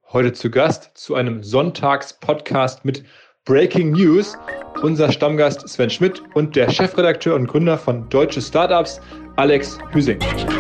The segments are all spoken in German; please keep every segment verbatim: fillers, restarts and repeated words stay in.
Heute zu Gast zu einem Sonntags-Podcast mit Breaking News. Unser Stammgast Sven Schmidt und der Chefredakteur und Gründer von Deutsche Startups, Alex Hüsing.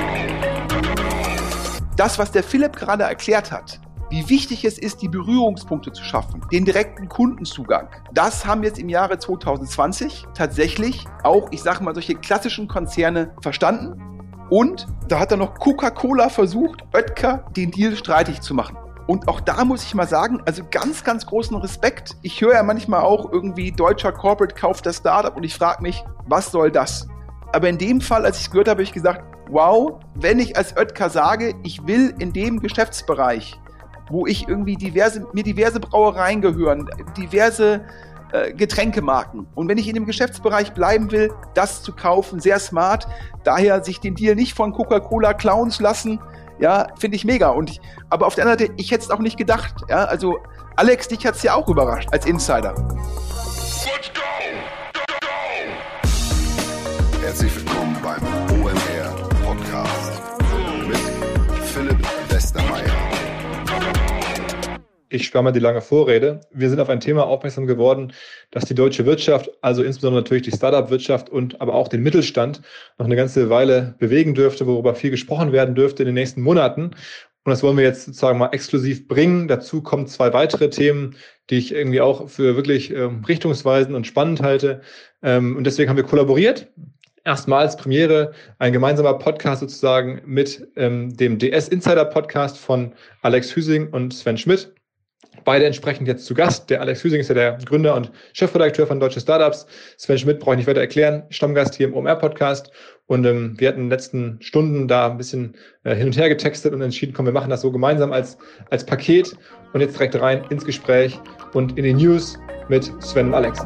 Das, was der Philipp gerade erklärt hat, wie wichtig es ist, die Berührungspunkte zu schaffen, den direkten Kundenzugang, das haben jetzt im Jahre zwanzig zwanzig tatsächlich auch, ich sage mal, solche klassischen Konzerne verstanden. Und da hat dann noch Coca-Cola versucht, Oetker den Deal streitig zu machen. Und auch da muss ich mal sagen, also ganz, ganz großen Respekt. Ich höre ja manchmal auch irgendwie, deutscher Corporate kauft das Startup und ich frage mich, was soll das? Aber in dem Fall, als ich es gehört habe, habe ich gesagt, wow, wenn ich als Oetker sage, ich will in dem Geschäftsbereich, wo ich irgendwie diverse, mir diverse Brauereien gehören, diverse äh, Getränkemarken. Und wenn ich in dem Geschäftsbereich bleiben will, das zu kaufen, sehr smart. Daher sich den Deal nicht von Coca-Cola klauen zu lassen, ja, finde ich mega. Und ich, aber auf der anderen Seite, ich hätte es auch nicht gedacht. Ja, also Alex, dich hat es ja auch überrascht als Insider. Let's go! Go, go! Herzlich willkommen beim O M R Podcast mit Philipp Westermeier. Ich spare mal die lange Vorrede. Wir sind auf ein Thema aufmerksam geworden, das die deutsche Wirtschaft, also insbesondere natürlich die Startup-Wirtschaft und aber auch den Mittelstand noch eine ganze Weile bewegen dürfte, worüber viel gesprochen werden dürfte in den nächsten Monaten. Und das wollen wir jetzt sozusagen mal exklusiv bringen. Dazu kommen zwei weitere Themen, die ich irgendwie auch für wirklich ähm, richtungsweisend und spannend halte. Ähm, und deswegen haben wir kollaboriert. Erstmals Premiere, ein gemeinsamer Podcast sozusagen mit ähm, dem D S Insider Podcast von Alex Hüsing und Sven Schmidt. Beide entsprechend jetzt zu Gast. Der Alex Hüsing ist ja der Gründer und Chefredakteur von Deutsche Startups. Sven Schmidt brauche ich nicht weiter erklären, Stammgast hier im O M R-Podcast. Und ähm, wir hatten in den letzten Stunden da ein bisschen äh, hin und her getextet und entschieden, komm, wir machen das so gemeinsam als, als Paket. Und jetzt direkt rein ins Gespräch und in die News mit Sven und Alex.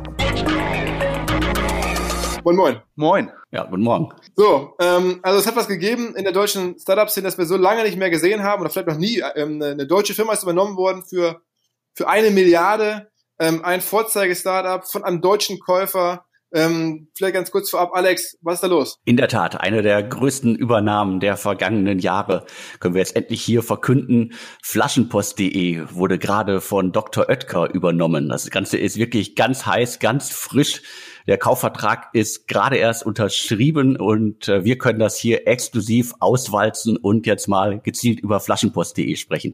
Moin, moin. Moin. Ja, guten Morgen. So, ähm, also es hat was gegeben in der deutschen Startup-Szene, das wir so lange nicht mehr gesehen haben oder vielleicht noch nie. Ähm, eine deutsche Firma ist übernommen worden für für eine Milliarde, ähm, ein Vorzeige-Startup von einem deutschen Käufer. Ähm, vielleicht ganz kurz vorab, Alex, was ist da los? In der Tat, eine der größten Übernahmen der vergangenen Jahre können wir jetzt endlich hier verkünden. Flaschenpost punkt de wurde gerade von Doktor Oetker übernommen. Das Ganze ist wirklich ganz heiß, ganz frisch. Der Kaufvertrag ist gerade erst unterschrieben und äh, wir können das hier exklusiv auswalzen und jetzt mal gezielt über Flaschenpost punkt de sprechen.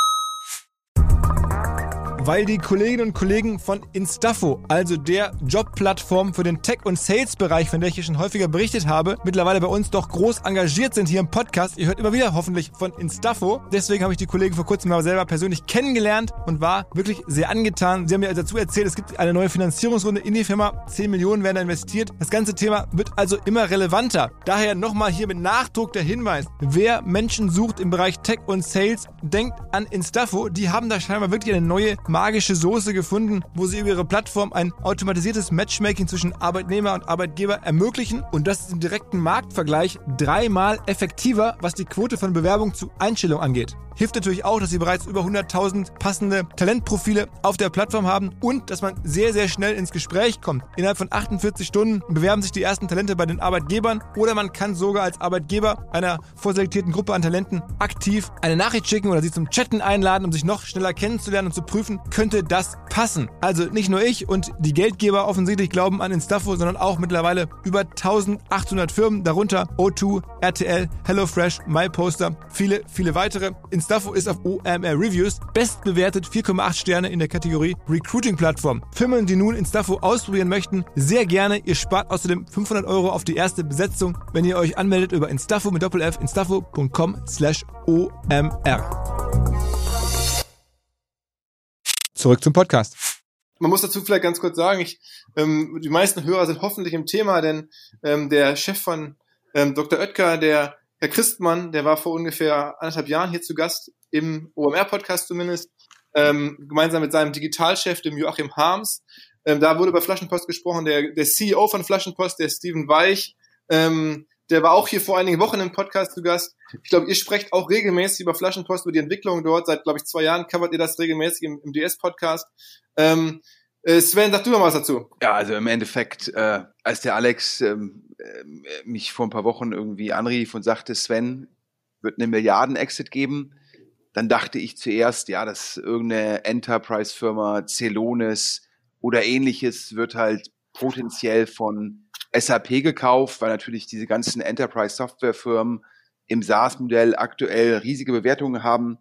Weil die Kolleginnen und Kollegen von Instafo, also der Jobplattform für den Tech- und Sales-Bereich, von der ich hier schon häufiger berichtet habe, mittlerweile bei uns doch groß engagiert sind hier im Podcast. Ihr hört immer wieder hoffentlich von Instafo. Deswegen habe ich die Kollegen vor kurzem mal selber persönlich kennengelernt und war wirklich sehr angetan. Sie haben mir dazu erzählt, es gibt eine neue Finanzierungsrunde in die Firma. zehn Millionen werden da investiert. Das ganze Thema wird also immer relevanter. Daher nochmal hier mit Nachdruck der Hinweis. Wer Menschen sucht im Bereich Tech und Sales, denkt an Instafo. Die haben da scheinbar wirklich eine neue magische Soße gefunden, wo sie über ihre Plattform ein automatisiertes Matchmaking zwischen Arbeitnehmer und Arbeitgeber ermöglichen und das ist im direkten Marktvergleich dreimal effektiver, was die Quote von Bewerbung zu Einstellung angeht. Hilft natürlich auch, dass sie bereits über hunderttausend passende Talentprofile auf der Plattform haben und dass man sehr, sehr schnell ins Gespräch kommt. Innerhalb von achtundvierzig Stunden bewerben sich die ersten Talente bei den Arbeitgebern oder man kann sogar als Arbeitgeber einer vorselektierten Gruppe an Talenten aktiv eine Nachricht schicken oder sie zum Chatten einladen, um sich noch schneller kennenzulernen und zu prüfen, könnte das passen. Also nicht nur ich und die Geldgeber offensichtlich glauben an Instafo, sondern auch mittlerweile über eintausendachthundert Firmen, darunter O zwei, R T L, HelloFresh, MyPoster, viele, viele weitere. Instafo ist auf O M R Reviews bestbewertet, vier Komma acht Sterne in der Kategorie Recruiting-Plattform. Firmen, die nun Instafo ausprobieren möchten, sehr gerne. Ihr spart außerdem fünfhundert Euro auf die erste Besetzung, wenn ihr euch anmeldet über Instafo mit Doppel-F, instafo punkt com slash O M R. Zurück zum Podcast. Man muss dazu vielleicht ganz kurz sagen, ich, ähm, die meisten Hörer sind hoffentlich im Thema, denn ähm, der Chef von ähm, Doktor Oetker, der Herr Christmann, der war vor ungefähr anderthalb Jahren hier zu Gast im O M R-Podcast zumindest, ähm, gemeinsam mit seinem Digitalchef, dem Joachim Harms. Ähm, da wurde über Flaschenpost gesprochen, der, der C E O von Flaschenpost, der Steven Weich, ähm, der war auch hier vor einigen Wochen im Podcast zu Gast. Ich glaube, ihr sprecht auch regelmäßig über Flaschenpost, über die Entwicklung dort. Seit, glaube ich, zwei Jahren covert ihr das regelmäßig im, im D S-Podcast. Ähm, äh, Sven, sag du noch was dazu. Ja, also im Endeffekt, äh, als der Alex ähm, äh, mich vor ein paar Wochen irgendwie anrief und sagte, Sven, wird eine Milliarden-Exit geben, dann dachte ich zuerst, ja, dass irgendeine Enterprise-Firma, Celonis oder ähnliches wird halt potenziell von S A P gekauft, weil natürlich diese ganzen Enterprise-Software-Firmen im SaaS-Modell aktuell riesige Bewertungen haben.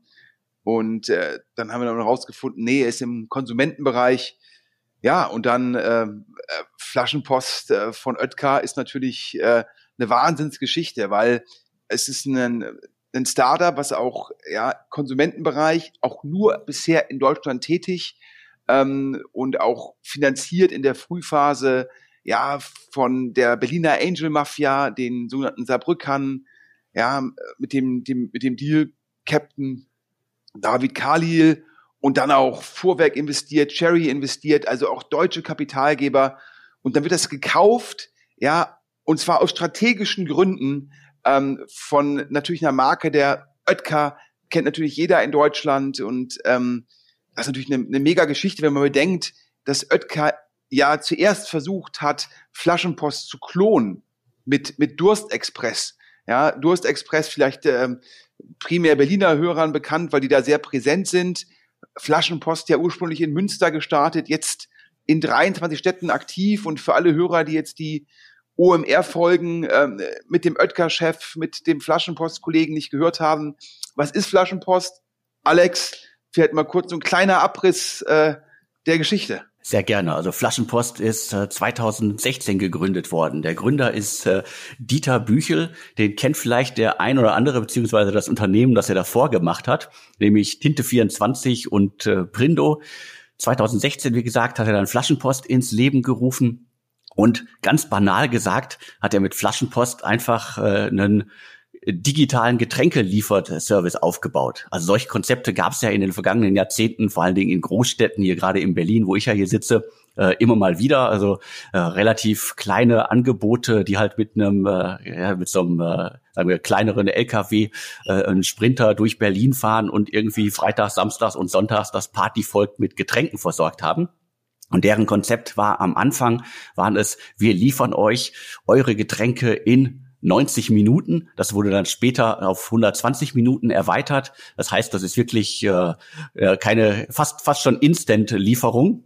Und äh, dann haben wir dann rausgefunden, nee, er ist im Konsumentenbereich. Ja, und dann äh, Flaschenpost äh, von Oetker ist natürlich äh, eine Wahnsinnsgeschichte, weil es ist ein, ein Startup, was auch ja Konsumentenbereich, auch nur bisher in Deutschland tätig ähm, und auch finanziert in der Frühphase ja von der Berliner Angel Mafia, den sogenannten Saarbrückern, ja mit dem dem mit dem Deal Captain David Khalil und dann auch Fuhrwerk investiert, Cherry investiert, also auch deutsche Kapitalgeber. Und dann wird das gekauft, ja, und zwar aus strategischen Gründen ähm, von natürlich einer Marke, der Oetker kennt natürlich jeder in Deutschland. Und ähm, das ist natürlich eine, eine mega Geschichte, wenn man bedenkt, dass Oetker ja zuerst versucht hat, Flaschenpost zu klonen mit mit Durstexpress. Ja, Durstexpress vielleicht ähm, primär Berliner Hörern bekannt, weil die da sehr präsent sind. Flaschenpost ja ursprünglich in Münster gestartet, jetzt in dreiundzwanzig Städten aktiv. Und für alle Hörer, die jetzt die O M R-Folgen ähm, mit dem Oetker-Chef, mit dem Flaschenpost-Kollegen nicht gehört haben, was ist Flaschenpost? Alex, vielleicht mal kurz so ein kleiner Abriss äh, der Geschichte. Sehr gerne. Also Flaschenpost ist äh, zweitausendsechzehn gegründet worden. Der Gründer ist äh, Dieter Büchel. Den kennt vielleicht der ein oder andere, beziehungsweise das Unternehmen, das er davor gemacht hat, nämlich Tinte vierundzwanzig und äh, Prindo. zweitausendsechzehn, wie gesagt, hat er dann Flaschenpost ins Leben gerufen. Und ganz banal gesagt, hat er mit Flaschenpost einfach äh, einen digitalen Getränkelieferservice aufgebaut. Also solche Konzepte gab es ja in den vergangenen Jahrzehnten, vor allen Dingen in Großstädten, hier gerade in Berlin, wo ich ja hier sitze, äh, immer mal wieder. Also äh, relativ kleine Angebote, die halt mit einem, äh, ja, mit so einem, äh, sagen wir, kleineren L K W, äh, einen Sprinter durch Berlin fahren und irgendwie freitags, samstags und sonntags das Partyvolk mit Getränken versorgt haben. Und deren Konzept war am Anfang, waren es, wir liefern euch eure Getränke in neunzig Minuten. Das wurde dann später auf hundertzwanzig Minuten erweitert. Das heißt, das ist wirklich äh, keine, fast fast schon Instant-Lieferung.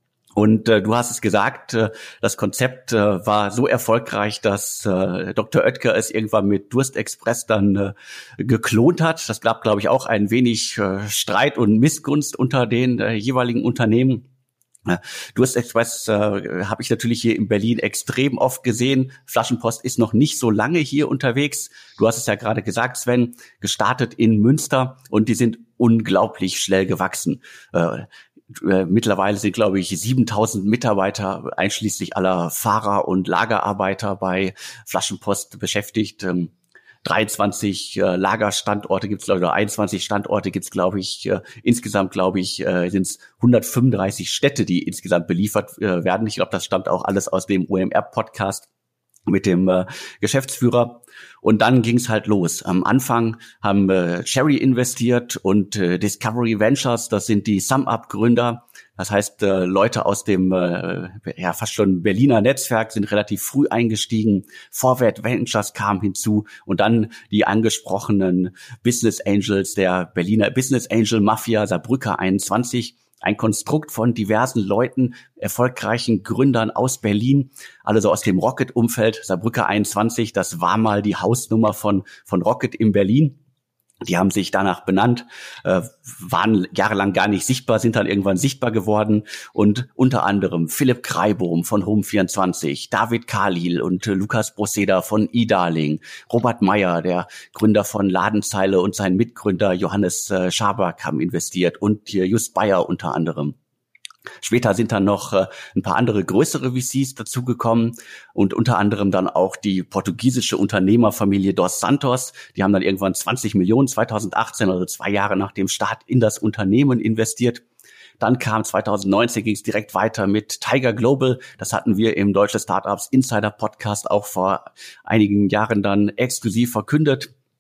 Und äh, du hast es gesagt, äh, das Konzept äh, war so erfolgreich, dass äh, Doktor Oetker es irgendwann mit Durstexpress dann äh, geklont hat. Das gab, glaube ich, auch ein wenig äh, Streit und Missgunst unter den äh, jeweiligen Unternehmen. Durstexpress äh, habe ich natürlich hier in Berlin extrem oft gesehen. Flaschenpost ist noch nicht so lange hier unterwegs. Du hast es ja gerade gesagt, Sven, gestartet in Münster und die sind unglaublich schnell gewachsen. Äh, äh, mittlerweile sind, glaube ich, siebentausend Mitarbeiter einschließlich aller Fahrer und Lagerarbeiter bei Flaschenpost beschäftigt. Ähm, dreiundzwanzig äh, Lagerstandorte gibt's, glaube ich, oder einundzwanzig Standorte gibt's, glaube ich. Äh, insgesamt, glaube ich, äh, sind es hundertfünfunddreißig Städte, die insgesamt beliefert äh, werden. Ich glaube, das stammt auch alles aus dem O M R-Podcast mit dem äh, Geschäftsführer. Und dann ging's halt los. Am Anfang haben äh, Cherry investiert und äh, Discovery Ventures, das sind die SumUp-Gründer. Das heißt, äh, Leute aus dem äh, ja fast schon Berliner Netzwerk sind relativ früh eingestiegen. Forward Ventures kam hinzu und dann die angesprochenen Business Angels der Berliner Business Angel Mafia, Saarbrücker einundzwanzig. Ein Konstrukt von diversen Leuten, erfolgreichen Gründern aus Berlin, alle so aus dem Rocket-Umfeld. Saarbrücker einundzwanzig, das war mal die Hausnummer von von Rocket in Berlin. Die haben sich danach benannt, äh, waren jahrelang gar nicht sichtbar, sind dann irgendwann sichtbar geworden. Und unter anderem Philipp Kreibohm von Home vierundzwanzig, David Khalil und äh, Lukas Broseda von eDarling, Robert Meyer, der Gründer von Ladenzeile, und sein Mitgründer Johannes äh, Schaberk haben investiert und äh, Just Bayer unter anderem. Später sind dann noch äh, ein paar andere größere V Cs dazugekommen und unter anderem dann auch die portugiesische Unternehmerfamilie Dos Santos. Die haben dann irgendwann zwanzig Millionen zweitausendachtzehn, also zwei Jahre nach dem Start, in das Unternehmen investiert. Dann kam zweitausendneunzehn, ging es direkt weiter mit Tiger Global. Das hatten wir im Deutsche Startups Insider Podcast auch vor einigen Jahren dann exklusiv verkündet.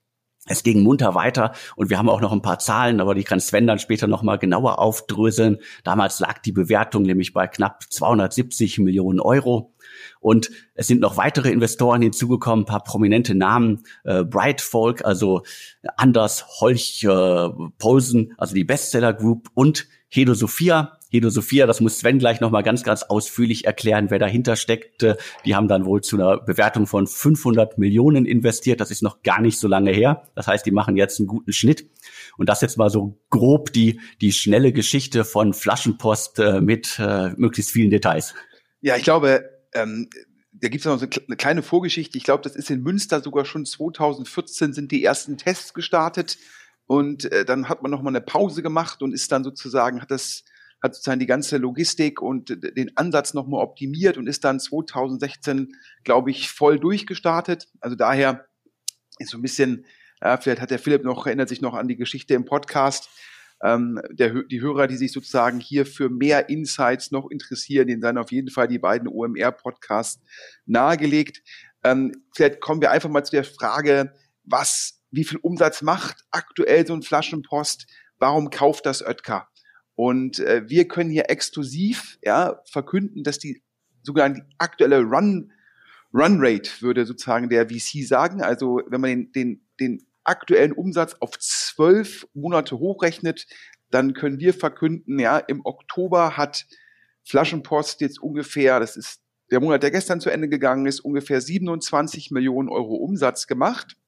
Es ging munter weiter und wir haben auch noch ein paar Zahlen, aber die kann Sven dann später nochmal genauer aufdröseln. Damals lag die Bewertung nämlich bei knapp zweihundertsiebzig Millionen Euro. Und es sind noch weitere Investoren hinzugekommen, ein paar prominente Namen, äh, Brightfolk, also Anders Holch äh, Poulsen, also die Bestseller Group und Hedo Sophia. Hedo Sophia, das muss Sven gleich nochmal ganz, ganz ausführlich erklären, wer dahinter steckt. Die haben dann wohl zu einer Bewertung von fünfhundert Millionen investiert. Das ist noch gar nicht so lange her. Das heißt, die machen jetzt einen guten Schnitt. Und das jetzt mal so grob die, die schnelle Geschichte von Flaschenpost äh, mit äh, möglichst vielen Details. Ja, ich glaube, ähm, da gibt es noch so eine kleine Vorgeschichte. Ich glaube, das ist in Münster sogar schon zweitausendvierzehn sind die ersten Tests gestartet. Und äh, dann hat man nochmal eine Pause gemacht und ist dann sozusagen, hat das hat sozusagen die ganze Logistik und den Ansatz nochmal optimiert und ist dann zweitausendsechzehn, glaube ich, voll durchgestartet. Also daher ist so ein bisschen, ja, vielleicht hat der Philipp noch, erinnert sich noch an die Geschichte im Podcast, ähm, der, die Hörer, die sich sozusagen hier für mehr Insights noch interessieren, denen seien auf jeden Fall die beiden O M R-Podcasts nahegelegt. Ähm, vielleicht kommen wir einfach mal zu der Frage, was, wie viel Umsatz macht aktuell so ein Flaschenpost? Warum kauft das Oetker? Und äh, wir können hier exklusiv ja verkünden, dass die sogar die aktuelle Run Run Rate würde sozusagen der V C sagen. Also wenn man den den den aktuellen Umsatz auf zwölf Monate hochrechnet, dann können wir verkünden, ja, im Oktober hat Flaschenpost jetzt ungefähr, das ist der Monat, der gestern zu Ende gegangen ist, ungefähr siebenundzwanzig Millionen Euro Umsatz gemacht.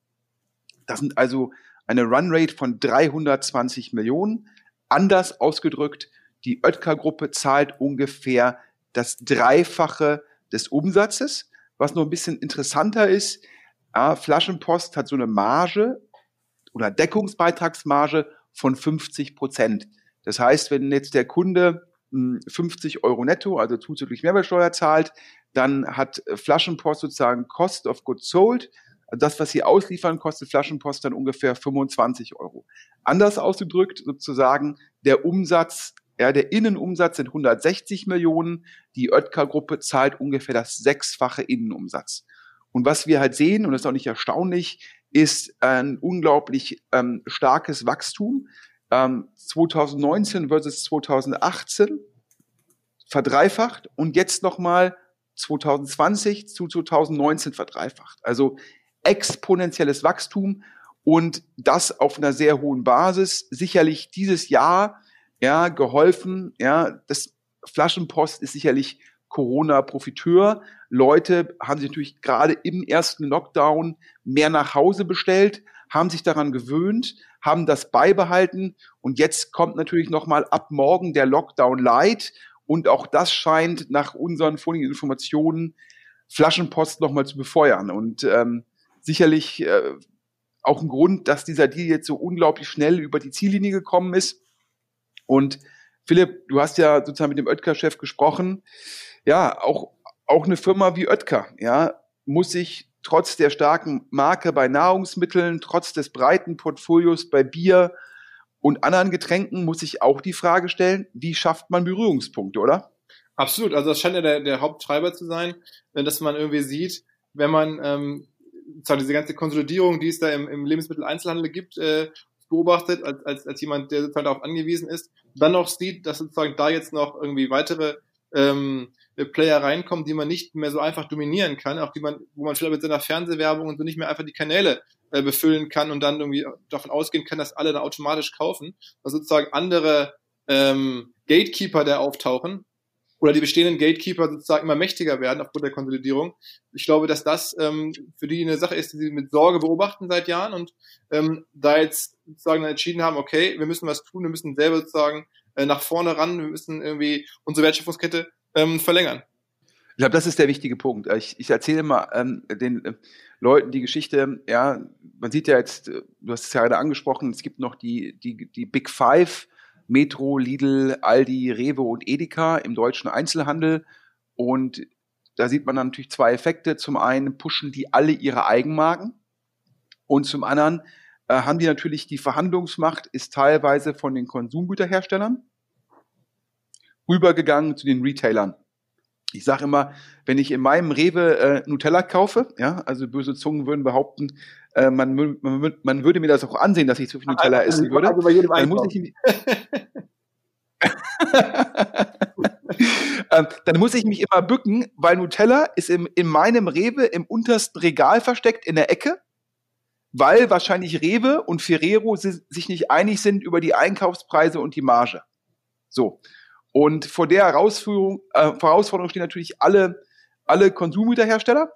Das sind also eine Run Rate von dreihundertzwanzig Millionen. Anders ausgedrückt, die Oetker-Gruppe zahlt ungefähr das Dreifache des Umsatzes. Was noch ein bisschen interessanter ist, ja, Flaschenpost hat so eine Marge oder Deckungsbeitragsmarge von fünfzig Prozent. Das heißt, wenn jetzt der Kunde fünfzig Euro netto, also zuzüglich Mehrwertsteuer zahlt, dann hat Flaschenpost sozusagen Cost of Goods Sold. Also das, was sie ausliefern, kostet Flaschenpost dann ungefähr fünfundzwanzig Euro. Anders ausgedrückt, sozusagen, der Umsatz, ja, der Innenumsatz sind hundertsechzig Millionen, die Oetker-Gruppe zahlt ungefähr das sechsfache Innenumsatz. Und was wir halt sehen, und das ist auch nicht erstaunlich, ist ein unglaublich ähm, starkes Wachstum. Ähm, zweitausendneunzehn versus zweitausendachtzehn verdreifacht und jetzt nochmal zweitausendzwanzig zu zweitausendneunzehn verdreifacht. Also exponentielles Wachstum und das auf einer sehr hohen Basis. Sicherlich dieses Jahr ja geholfen. Ja, das Flaschenpost ist sicherlich Corona-Profiteur. Leute haben sich natürlich gerade im ersten Lockdown mehr nach Hause bestellt, haben sich daran gewöhnt, haben das beibehalten und jetzt kommt natürlich nochmal ab morgen der Lockdown Light und auch das scheint nach unseren vorliegenden Informationen Flaschenpost nochmal zu befeuern und ähm, sicherlich äh, auch ein Grund, dass dieser Deal jetzt so unglaublich schnell über die Ziellinie gekommen ist. Und Philipp, du hast ja sozusagen mit dem Oetker-Chef gesprochen. Ja, auch auch eine Firma wie Oetker, ja, muss sich trotz der starken Marke bei Nahrungsmitteln, trotz des breiten Portfolios bei Bier und anderen Getränken, muss sich auch die Frage stellen, wie schafft man Berührungspunkte, oder? Absolut, also das scheint ja der, der Haupttreiber zu sein, dass man irgendwie sieht, wenn man ähm, zwar diese ganze Konsolidierung, die es da im, im Lebensmitteleinzelhandel gibt, äh, beobachtet, als, als, als jemand, der sozusagen darauf angewiesen ist, dann noch sieht, dass sozusagen da jetzt noch irgendwie weitere ähm, Player reinkommen, die man nicht mehr so einfach dominieren kann, auch die man, wo man vielleicht mit seiner Fernsehwerbung und so nicht mehr einfach die Kanäle äh, befüllen kann und dann irgendwie davon ausgehen kann, dass alle dann automatisch kaufen, dass sozusagen andere ähm, Gatekeeper da auftauchen oder die bestehenden Gatekeeper sozusagen immer mächtiger werden aufgrund der Konsolidierung. Ich glaube, dass das ähm, für die eine Sache ist, die sie mit Sorge beobachten seit Jahren und ähm, da jetzt sozusagen entschieden haben, okay, wir müssen was tun, wir müssen selber sozusagen äh, nach vorne ran, wir müssen irgendwie unsere Wertschöpfungskette ähm, verlängern. Ich glaube, das ist der wichtige Punkt. Ich, ich erzähle mal ähm, den äh, Leuten die Geschichte, ja, man sieht ja jetzt, du hast es ja gerade angesprochen, es gibt noch die, die, die Big Five, Metro, Lidl, Aldi, Rewe und Edeka im deutschen Einzelhandel. Und da sieht man dann natürlich zwei Effekte. Zum einen pushen die alle ihre Eigenmarken und zum anderen äh, haben die natürlich die Verhandlungsmacht, ist teilweise von den Konsumgüterherstellern rübergegangen zu den Retailern. Ich sage immer, wenn ich in meinem Rewe äh, Nutella kaufe, ja, also böse Zungen würden behaupten, äh, man, man, man würde mir das auch ansehen, dass ich zu viel Nutella also, essen würde. Also bei jedem dann, muss ich, ähm, dann muss ich mich immer bücken, weil Nutella ist im, in meinem Rewe im untersten Regal versteckt in der Ecke, weil wahrscheinlich Rewe und Ferrero si- sich nicht einig sind über die Einkaufspreise und die Marge. So. Und vor der Herausforderung, äh, Herausforderung stehen natürlich alle, alle Konsumgüterhersteller.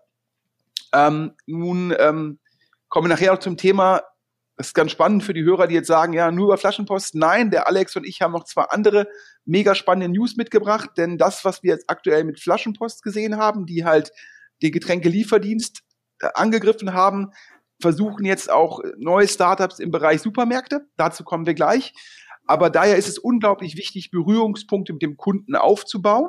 Ähm, nun ähm, kommen wir nachher auch zum Thema, das ist ganz spannend für die Hörer, die jetzt sagen, ja, nur über Flaschenpost. Nein, der Alex und ich haben noch zwei andere mega spannende News mitgebracht, denn das, was wir jetzt aktuell mit Flaschenpost gesehen haben, die halt den Getränkelieferdienst äh, angegriffen haben, versuchen jetzt auch neue Startups im Bereich Supermärkte. Dazu kommen wir gleich. Aber daher ist es unglaublich wichtig, Berührungspunkte mit dem Kunden aufzubauen.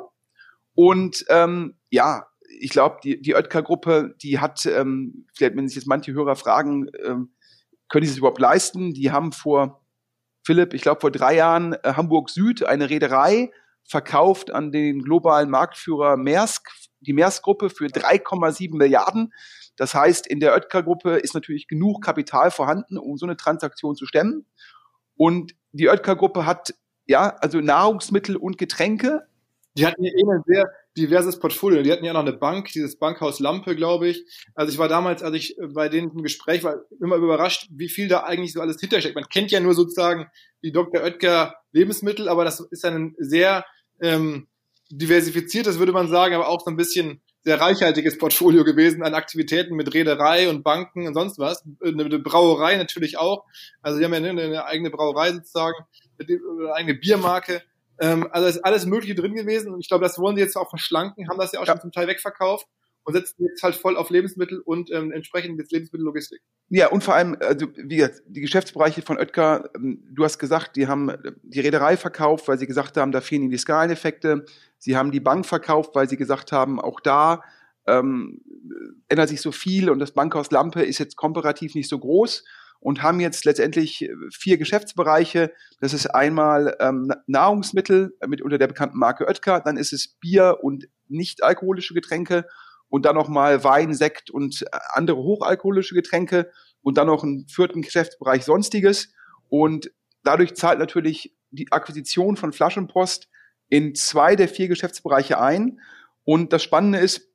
Und ähm, ja, ich glaube, die, die Oetker-Gruppe, die hat, ähm, vielleicht wenn sich jetzt manche Hörer fragen, ähm, können die es überhaupt leisten? Die haben vor, Philipp, ich glaube vor drei Jahren äh, Hamburg Süd, eine Reederei, verkauft an den globalen Marktführer Maersk, die Maersk-Gruppe für drei Komma sieben Milliarden. Das heißt, in der Oetker-Gruppe ist natürlich genug Kapital vorhanden, um so eine Transaktion zu stemmen. Und die Oetker-Gruppe hat, ja, also Nahrungsmittel und Getränke. Die hatten ja eh ein sehr diverses Portfolio. Die hatten ja noch eine Bank, dieses Bankhaus Lampe, glaube ich. Also ich war damals, als ich bei denen im Gespräch war, immer überrascht, wie viel da eigentlich so alles hintersteckt. Man kennt ja nur sozusagen die Doktor Oetker Lebensmittel, aber das ist ein sehr ähm, diversifiziertes, würde man sagen, aber auch so ein bisschen sehr reichhaltiges Portfolio gewesen an Aktivitäten mit Reederei und Banken und sonst was. Eine Brauerei natürlich auch. Also die haben ja eine, eine eigene Brauerei sozusagen, eine eigene Biermarke. Ähm, also ist alles Mögliche drin gewesen und ich glaube, das wollen sie jetzt auch verschlanken, haben das ja auch ja. schon zum Teil wegverkauft und setzen jetzt halt voll auf Lebensmittel und ähm, entsprechend jetzt Lebensmittellogistik. Ja, und vor allem, also wie gesagt, die Geschäftsbereiche von Oetker, du hast gesagt, die haben die Reederei verkauft, weil sie gesagt haben, da fehlen ihnen die Skaleneffekte. Sie haben die Bank verkauft, weil sie gesagt haben, auch da ähm, ändert sich so viel und das Bankhaus Lampe ist jetzt komparativ nicht so groß und haben jetzt letztendlich vier Geschäftsbereiche. Das ist einmal ähm, Nahrungsmittel mit unter der bekannten Marke Oetker, dann ist es Bier und nicht alkoholische Getränke und dann nochmal Wein, Sekt und andere hochalkoholische Getränke und dann noch einen vierten Geschäftsbereich Sonstiges. Und dadurch zahlt natürlich die Akquisition von Flaschenpost in zwei der vier Geschäftsbereiche ein. Und das Spannende ist,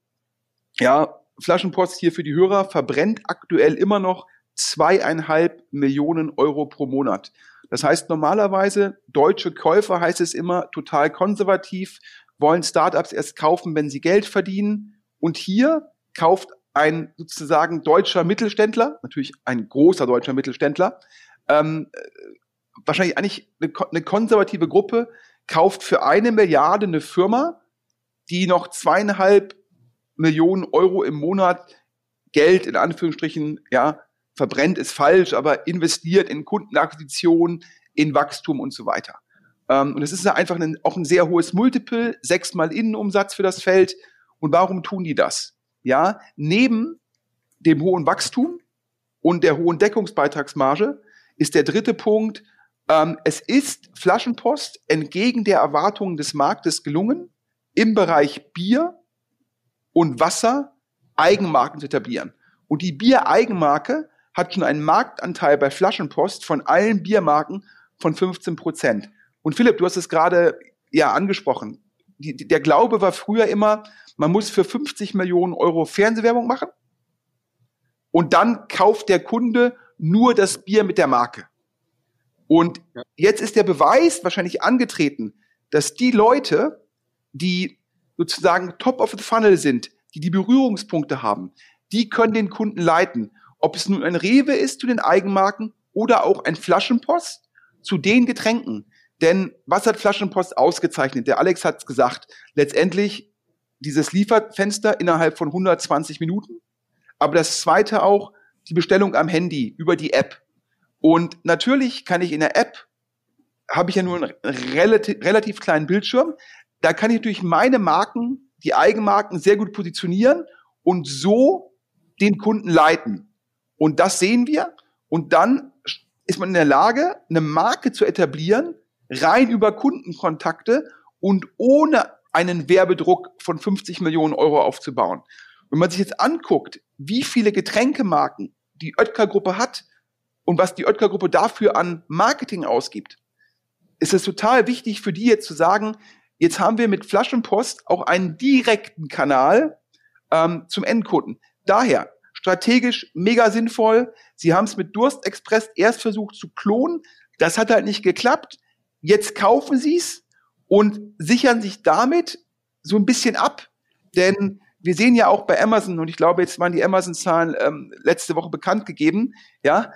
ja, Flaschenpost hier für die Hörer verbrennt aktuell immer noch zweieinhalb Millionen Euro pro Monat. Das heißt normalerweise, deutsche Käufer, heißt es immer, total konservativ, wollen Startups erst kaufen, wenn sie Geld verdienen. Und hier kauft ein sozusagen deutscher Mittelständler, natürlich ein großer deutscher Mittelständler, ähm, wahrscheinlich eigentlich eine, eine konservative Gruppe, kauft für eine Milliarde eine Firma, die noch zweieinhalb Millionen Euro im Monat Geld, in Anführungsstrichen, ja, verbrennt ist falsch, aber investiert in Kundenakquisition, in Wachstum und so weiter. Ähm, und es ist einfach ein, auch ein sehr hohes Multiple, sechsmal Innenumsatz für das Feld. Und warum tun die das? Ja, neben dem hohen Wachstum und der hohen Deckungsbeitragsmarge ist der dritte Punkt, ähm, es ist Flaschenpost entgegen der Erwartungen des Marktes gelungen, im Bereich Bier und Wasser Eigenmarken zu etablieren. Und die Bier-Eigenmarke hat schon einen Marktanteil bei Flaschenpost von allen Biermarken von fünfzehn Prozent. Und Philipp, du hast es gerade ja angesprochen. Die, der Glaube war früher immer, man muss für fünfzig Millionen Euro Fernsehwerbung machen und dann kauft der Kunde nur das Bier mit der Marke. Und jetzt ist der Beweis wahrscheinlich angetreten, dass die Leute, die sozusagen top of the funnel sind, die die Berührungspunkte haben, die können den Kunden leiten. Ob es nun ein Rewe ist zu den Eigenmarken oder auch ein Flaschenpost zu den Getränken. Denn was hat Flaschenpost ausgezeichnet? Der Alex hat es gesagt, letztendlich dieses Lieferfenster innerhalb von hundertzwanzig Minuten. Aber das zweite auch, die Bestellung am Handy über die App. Und natürlich kann ich in der App, habe ich ja nur einen relativ, relativ kleinen Bildschirm, da kann ich natürlich meine Marken, die Eigenmarken sehr gut positionieren und so den Kunden leiten. Und das sehen wir. Und dann ist man in der Lage, eine Marke zu etablieren, rein über Kundenkontakte und ohne einen Werbedruck von fünfzig Millionen Euro aufzubauen. Wenn man sich jetzt anguckt, wie viele Getränkemarken die Oetker-Gruppe hat und was die Oetker-Gruppe dafür an Marketing ausgibt, ist es total wichtig für die jetzt zu sagen, jetzt haben wir mit Flaschenpost auch einen direkten Kanal ähm, zum Endkunden. Daher strategisch mega sinnvoll. Sie haben es mit Durstexpress erst versucht zu klonen. Das hat halt nicht geklappt. Jetzt kaufen sie es und sichern sich damit so ein bisschen ab. Denn wir sehen ja auch bei Amazon, und ich glaube, jetzt waren die Amazon-Zahlen ähm, letzte Woche bekannt gegeben, ja,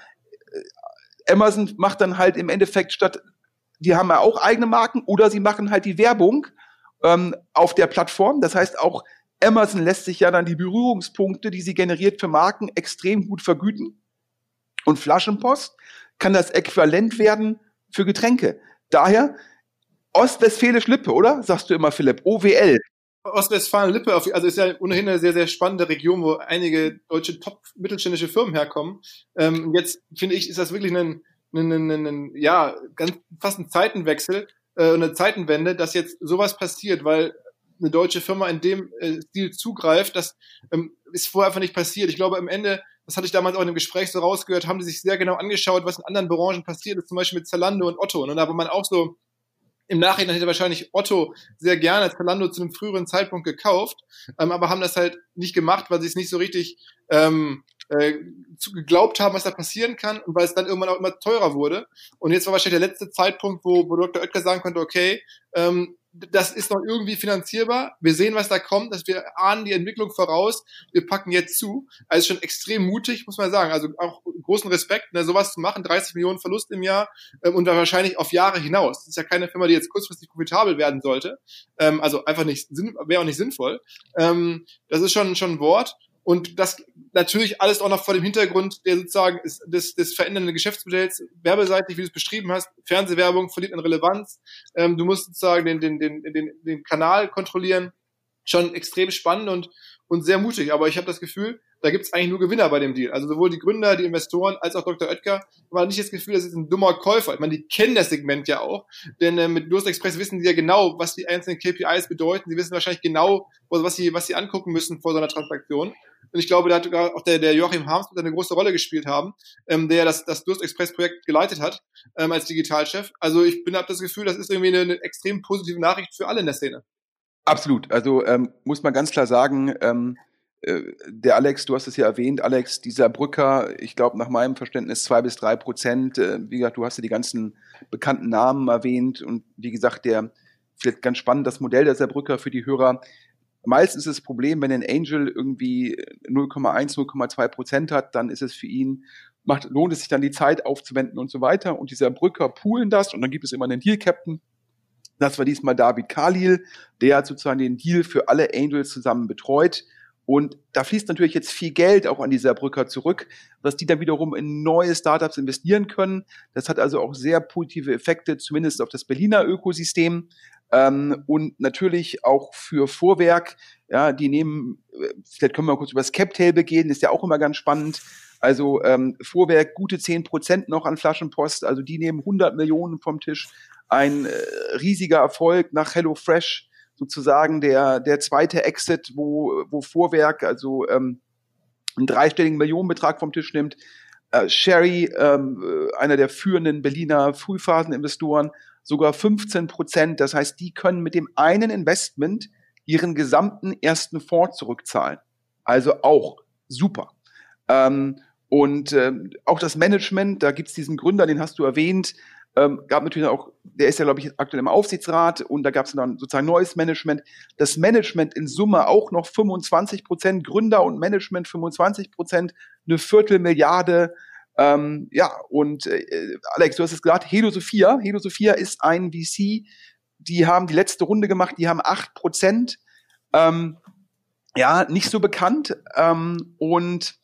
Amazon macht dann halt im Endeffekt statt, die haben ja auch eigene Marken oder sie machen halt die Werbung ähm, auf der Plattform. Das heißt, auch Amazon lässt sich ja dann die Berührungspunkte, die sie generiert für Marken, extrem gut vergüten. Und Flaschenpost kann das Äquivalent werden für Getränke. Daher Ostwestfälisch-Lippe, oder? Sagst du immer, Philipp. O W L. Ostwestfalen-Lippe, also ist ja ohnehin eine sehr, sehr spannende Region, wo einige deutsche top-mittelständische Firmen herkommen. Ähm, jetzt finde ich, ist das wirklich ein, ein, ein, ein, ein ja, ganz fast ein Zeitenwechsel, äh, eine Zeitenwende, dass jetzt sowas passiert, weil eine deutsche Firma in dem äh, Stil zugreift, das ähm, ist vorher einfach nicht passiert. Ich glaube, am Ende, das hatte ich damals auch in einem Gespräch so rausgehört, haben die sich sehr genau angeschaut, was in anderen Branchen passiert ist, zum Beispiel mit Zalando und Otto. Und da war man auch so, im Nachhinein hätte wahrscheinlich Otto sehr gerne Zalando zu einem früheren Zeitpunkt gekauft, ähm, aber haben das halt nicht gemacht, weil sie es nicht so richtig ähm, äh, zu, geglaubt haben, was da passieren kann und weil es dann irgendwann auch immer teurer wurde. Und jetzt war wahrscheinlich der letzte Zeitpunkt, wo, wo Doktor Oetker sagen konnte, okay, ähm, das ist noch irgendwie finanzierbar. Wir sehen, was da kommt, dass wir ahnen die Entwicklung voraus. Wir packen jetzt zu. Also schon extrem mutig, muss man sagen. Also auch großen Respekt, ne, sowas zu machen. dreißig Millionen Verlust im Jahr ähm, und dann wahrscheinlich auf Jahre hinaus. Das ist ja keine Firma, die jetzt kurzfristig profitabel werden sollte. Ähm, also einfach nicht, wäre auch nicht sinnvoll. Ähm, das ist schon, schon ein Wort. Und das natürlich alles auch noch vor dem Hintergrund der sozusagen ist, des, des verändernden Geschäftsmodells, werbeseitig, wie du es beschrieben hast, Fernsehwerbung verliert an Relevanz, ähm, du musst sozusagen den, den, den, den, den Kanal kontrollieren, schon extrem spannend und, und sehr mutig, aber ich habe das Gefühl, da gibt es eigentlich nur Gewinner bei dem Deal, also sowohl die Gründer, die Investoren, als auch Doktor Oetker, man hat nicht das Gefühl, das ist ein dummer Käufer, ich meine, die kennen das Segment ja auch, denn äh, mit Durstexpress wissen sie ja genau, was die einzelnen K P Is bedeuten, sie wissen wahrscheinlich genau, was sie, was sie angucken müssen vor so einer Transaktion. Und ich glaube, da hat auch der, der Joachim Harms eine große Rolle gespielt haben, ähm, der das, das Durstexpress-Projekt geleitet hat, ähm, als Digitalchef. Also ich bin, habe das Gefühl, das ist irgendwie eine, eine extrem positive Nachricht für alle in der Szene. Absolut. Also ähm, muss man ganz klar sagen, ähm, äh, der Alex, du hast es ja erwähnt, Alex, dieser Brücker, ich glaube nach meinem Verständnis zwei bis drei Prozent. Äh, wie gesagt, du hast ja die ganzen bekannten Namen erwähnt und wie gesagt, der vielleicht ganz spannend, das Modell der Saarbrücker für die Hörer. Meistens ist das Problem, wenn ein Angel irgendwie null Komma eins, null Komma zwei Prozent hat, dann ist es für ihn, macht, lohnt es sich dann die Zeit aufzuwenden und so weiter. Und dieser Brücker poolen das und dann gibt es immer einen Deal-Captain. Das war diesmal David Khalil, der hat sozusagen den Deal für alle Angels zusammen betreut. Und da fließt natürlich jetzt viel Geld auch an die Saarbrücker zurück, dass die dann wiederum in neue Startups investieren können. Das hat also auch sehr positive Effekte, zumindest auf das Berliner Ökosystem. Ähm, und natürlich auch für Vorwerk, ja, die nehmen, vielleicht können wir mal kurz über das Cap-Table gehen, ist ja auch immer ganz spannend. Also ähm, Vorwerk gute zehn Prozent noch an Flaschenpost, also die nehmen hundert Millionen vom Tisch. Ein äh, riesiger Erfolg nach HelloFresh, sozusagen der der zweite Exit, wo wo Vorwerk also ähm, einen dreistelligen Millionenbetrag vom Tisch nimmt. Äh, Sherry, ähm, einer der führenden Berliner Frühphaseninvestoren, sogar fünfzehn Prozent. Das heißt, die können mit dem einen Investment ihren gesamten ersten Fonds zurückzahlen. Also auch super. Ähm, und ähm, auch das Management, da gibt's diesen Gründer, den hast du erwähnt, ähm, gab natürlich auch, der ist ja, glaube ich, aktuell im Aufsichtsrat und da gab's dann sozusagen neues Management. Das Management in Summe auch noch fünfundzwanzig Prozent, Gründer und Management fünfundzwanzig Prozent, eine Viertelmilliarde. Ähm, ja, und äh, Alex, du hast es gesagt, Helo Sophia. Helo Sophia ist ein V C, die haben die letzte Runde gemacht, die haben acht Prozent. Ähm, ja, nicht so bekannt. Ähm, und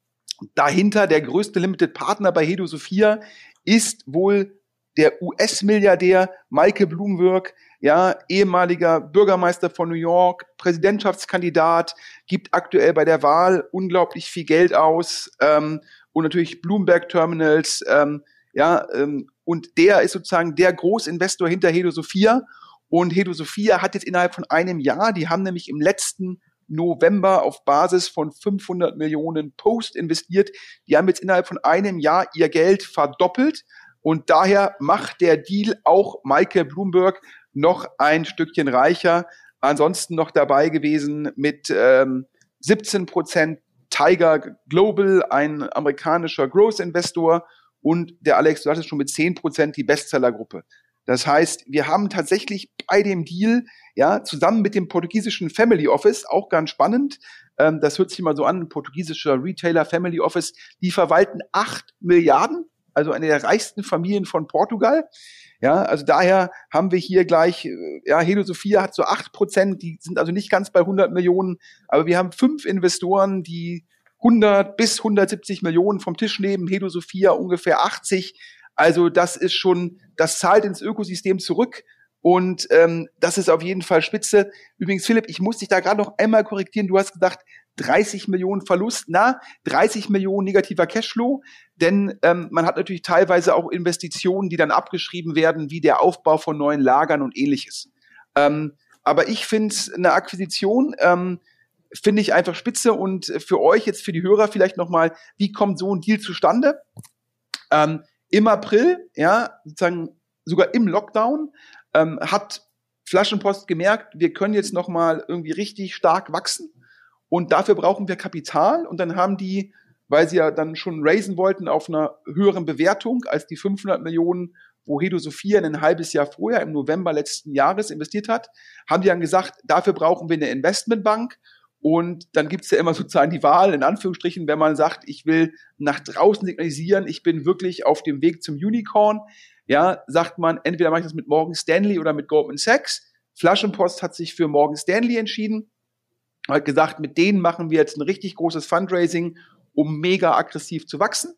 dahinter der größte Limited Partner bei Helo Sophia ist wohl der U S-Milliardär Michael Bloomberg, ja, ehemaliger Bürgermeister von New York, Präsidentschaftskandidat, gibt aktuell bei der Wahl unglaublich viel Geld aus, ähm, und natürlich Bloomberg Terminals, ähm, ja, ähm, und der ist sozusagen der Großinvestor hinter Helo Sophia Und Hedo Sophia hat jetzt innerhalb von einem Jahr, die haben nämlich im letzten November auf Basis von fünfhundert Millionen Post investiert. Die haben jetzt innerhalb von einem Jahr ihr Geld verdoppelt. Und daher macht der Deal auch Michael Bloomberg noch ein Stückchen reicher. Ansonsten noch dabei gewesen mit ähm, siebzehn Prozent Tiger Global, ein amerikanischer Growth-Investor, und der Alex, du hattest schon mit zehn Prozent die Bestsellergruppe. Das heißt, wir haben tatsächlich bei dem Deal, ja, zusammen mit dem portugiesischen Family Office, auch ganz spannend, ähm, das hört sich mal so an, ein portugiesischer Retailer Family Office, die verwalten acht Milliarden, also eine der reichsten Familien von Portugal. Ja, also daher haben wir hier gleich, ja, Hedo Sophia hat so acht Prozent, die sind also nicht ganz bei hundert Millionen, aber wir haben fünf Investoren, die hundert bis hundertsiebzig Millionen vom Tisch nehmen, Hedo Sophia ungefähr achtzig. Also das ist schon, das zahlt ins Ökosystem zurück, und ähm, das ist auf jeden Fall spitze. Übrigens, Philipp, ich muss dich da gerade noch einmal korrigieren. Du hast gesagt, dreißig Millionen Verlust. Na, dreißig Millionen negativer Cashflow, denn ähm, man hat natürlich teilweise auch Investitionen, die dann abgeschrieben werden, wie der Aufbau von neuen Lagern und ähnliches. Ähm, aber ich finde eine Akquisition, ähm, finde ich einfach spitze, und für euch jetzt, für die Hörer vielleicht nochmal, wie kommt so ein Deal zustande? Ähm, Im April, ja, sozusagen sogar im Lockdown, ähm, hat Flaschenpost gemerkt, wir können jetzt noch mal irgendwie richtig stark wachsen, und dafür brauchen wir Kapital. Und dann haben die, weil sie ja dann schon raisen wollten auf einer höheren Bewertung als die fünfhundert Millionen, wo Hedo Sophia ein halbes Jahr vorher, im November letzten Jahres, investiert hat, haben die dann gesagt, dafür brauchen wir eine Investmentbank. Und dann gibt's ja immer sozusagen die Wahl, in Anführungsstrichen, wenn man sagt, ich will nach draußen signalisieren, ich bin wirklich auf dem Weg zum Unicorn, ja, sagt man, entweder mache ich das mit Morgan Stanley oder mit Goldman Sachs. Flaschenpost hat sich für Morgan Stanley entschieden, hat gesagt, mit denen machen wir jetzt ein richtig großes Fundraising, um mega aggressiv zu wachsen.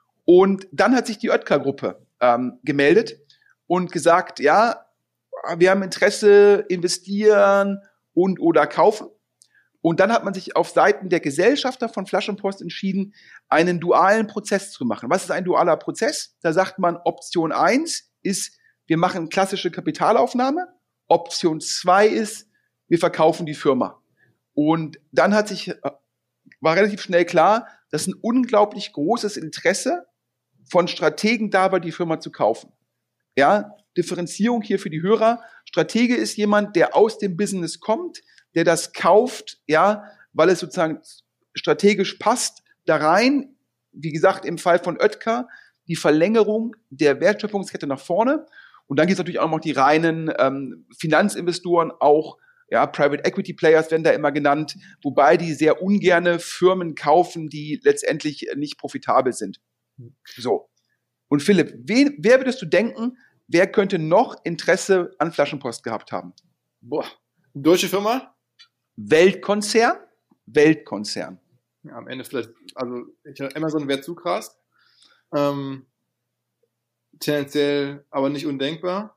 Und dann hat sich die Oetker-Gruppe ähm, gemeldet und gesagt, ja, wir haben Interesse, investieren und oder kaufen. Und dann hat man sich auf Seiten der Gesellschafter von Flaschenpost entschieden, einen dualen Prozess zu machen. Was ist ein dualer Prozess? Da sagt man, Option eins ist, wir machen klassische Kapitalaufnahme. Option zwei ist, wir verkaufen die Firma. Und dann hat sich, war relativ schnell klar, dass ein unglaublich großes Interesse von Strategen da war, die Firma zu kaufen. Ja, Differenzierung hier für die Hörer. Stratege ist jemand, der aus dem Business kommt, der das kauft, ja, weil es sozusagen strategisch passt, da rein, wie gesagt, im Fall von Oetker, die Verlängerung der Wertschöpfungskette nach vorne. Und dann gibt es natürlich auch noch die reinen ähm, Finanzinvestoren, auch ja, Private Equity Players werden da immer genannt, wobei die sehr ungerne Firmen kaufen, die letztendlich nicht profitabel sind. So. Und Philipp, wen, wer würdest du denken, wer könnte noch Interesse an Flaschenpost gehabt haben? Boah, deutsche Firma? Weltkonzern? Weltkonzern. Ja, am Ende vielleicht, also ich, Amazon wäre zu krass. Ähm, tendenziell aber nicht undenkbar.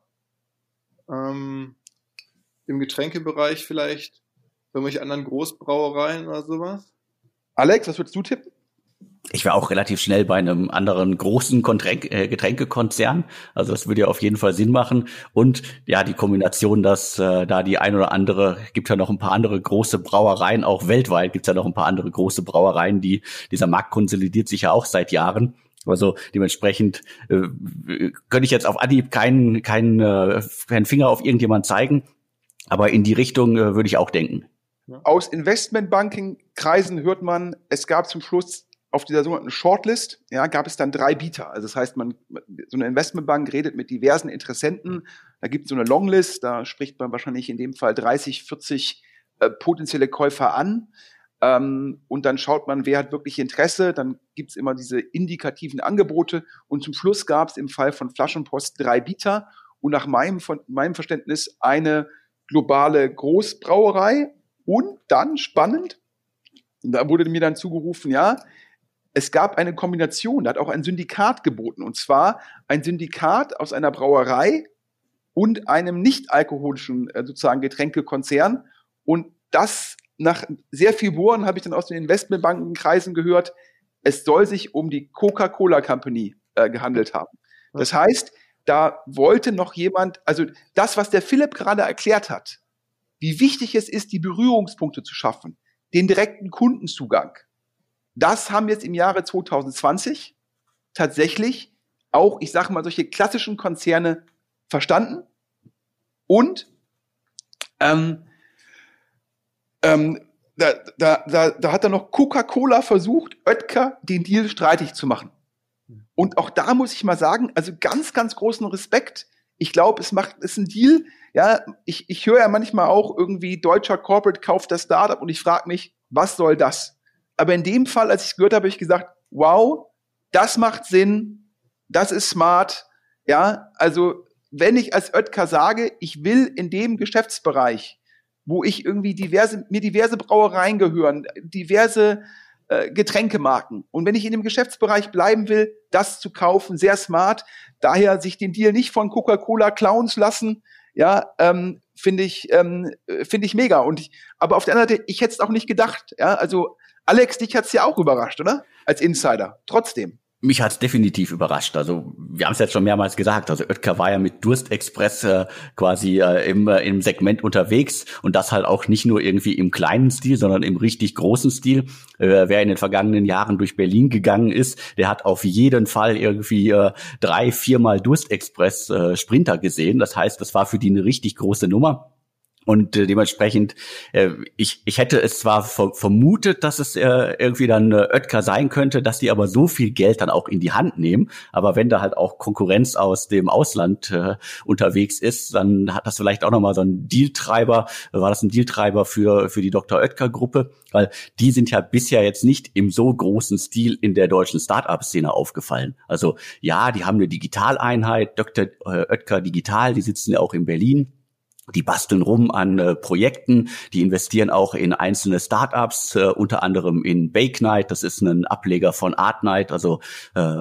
Ähm, Im Getränkebereich vielleicht irgendwelche anderen Großbrauereien oder sowas. Alex, was würdest du tippen? Ich wäre auch relativ schnell bei einem anderen großen Getränk, äh, Getränkekonzern. Also das würde ja auf jeden Fall Sinn machen. Und ja, die Kombination, dass äh, da die ein oder andere, gibt ja noch ein paar andere große Brauereien, auch weltweit gibt es ja noch ein paar andere große Brauereien, die dieser Markt konsolidiert sich ja auch seit Jahren. Also dementsprechend äh, könnte ich jetzt auf Anhieb keinen keinen äh, keinen Finger auf irgendjemanden zeigen, aber in die Richtung äh, würde ich auch denken. Aus Investmentbanking-Kreisen hört man, es gab zum Schluss auf dieser sogenannten Shortlist, ja, gab es dann drei Bieter. Also das heißt, man, so eine Investmentbank redet mit diversen Interessenten. Da gibt es so eine Longlist, da spricht man wahrscheinlich in dem Fall dreißig, vierzig äh, potenzielle Käufer an. Ähm, und dann schaut man, wer hat wirklich Interesse. Dann gibt es immer diese indikativen Angebote. Und zum Schluss gab es im Fall von Flaschenpost drei Bieter. Und nach meinem, von meinem Verständnis eine globale Großbrauerei. Und dann, spannend, da wurde mir dann zugerufen, ja, es gab eine Kombination, da hat auch ein Syndikat geboten, und zwar ein Syndikat aus einer Brauerei und einem nicht-alkoholischen äh, sozusagen Getränkekonzern. Und das, nach sehr viel Bohren, habe ich dann aus den Investmentbankenkreisen gehört, es soll sich um die Coca-Cola Company äh, gehandelt haben. Das heißt, da wollte noch jemand, also das, was der Philipp gerade erklärt hat, wie wichtig es ist, die Berührungspunkte zu schaffen, den direkten Kundenzugang, das haben jetzt im Jahre zwanzig zwanzig tatsächlich auch, ich sage mal, solche klassischen Konzerne verstanden und ähm, ähm, da, da, da, da hat dann noch Coca-Cola versucht, Oetker den Deal streitig zu machen. Und auch da muss ich mal sagen, also ganz, ganz großen Respekt. Ich glaube, es macht, es ist ein Deal. Ja, ich, ich höre ja manchmal auch irgendwie deutscher Corporate kauft das Startup und ich frage mich, was soll das? Aber in dem Fall, als ich es gehört habe, habe ich gesagt, wow, das macht Sinn, das ist smart. Ja, also wenn ich als Oetker sage, ich will in dem Geschäftsbereich, wo ich irgendwie diverse, mir diverse Brauereien gehören, diverse äh, Getränkemarken. Und wenn ich in dem Geschäftsbereich bleiben will, das zu kaufen, sehr smart. Daher sich den Deal nicht von Coca-Cola klauen zu lassen, ja, ähm, finde ich, ähm, finde ich mega. Und ich, aber auf der anderen Seite, ich hätte es auch nicht gedacht. Ja, also Alex, dich hat's ja auch überrascht, oder? Als Insider. Trotzdem. Mich hat's definitiv überrascht. Also wir haben es jetzt schon mehrmals gesagt. Also Oetker war ja mit Durstexpress äh, quasi äh, im, äh, im Segment unterwegs und das halt auch nicht nur irgendwie im kleinen Stil, sondern im richtig großen Stil. Äh, wer in den vergangenen Jahren durch Berlin gegangen ist, der hat auf jeden Fall irgendwie äh, drei, viermal Durstexpress äh, Sprinter gesehen. Das heißt, das war für die eine richtig große Nummer. Und äh, dementsprechend, äh, ich ich hätte es zwar ver- vermutet, dass es äh, irgendwie dann äh, Oetker sein könnte, dass die aber so viel Geld dann auch in die Hand nehmen. Aber wenn da halt auch Konkurrenz aus dem Ausland äh, unterwegs ist, dann hat das vielleicht auch nochmal so ein Dealtreiber, war das ein Dealtreiber für für die Doktor Oetker-Gruppe, weil die sind ja bisher jetzt nicht im so großen Stil in der deutschen Start-up-Szene aufgefallen. Also ja, die haben eine Digitaleinheit, Doktor Oetker Digital, die sitzen ja auch in Berlin. Die basteln rum an äh, Projekten, die investieren auch in einzelne Startups, äh, unter anderem in Bake Night, das ist ein Ableger von Art Night, also äh,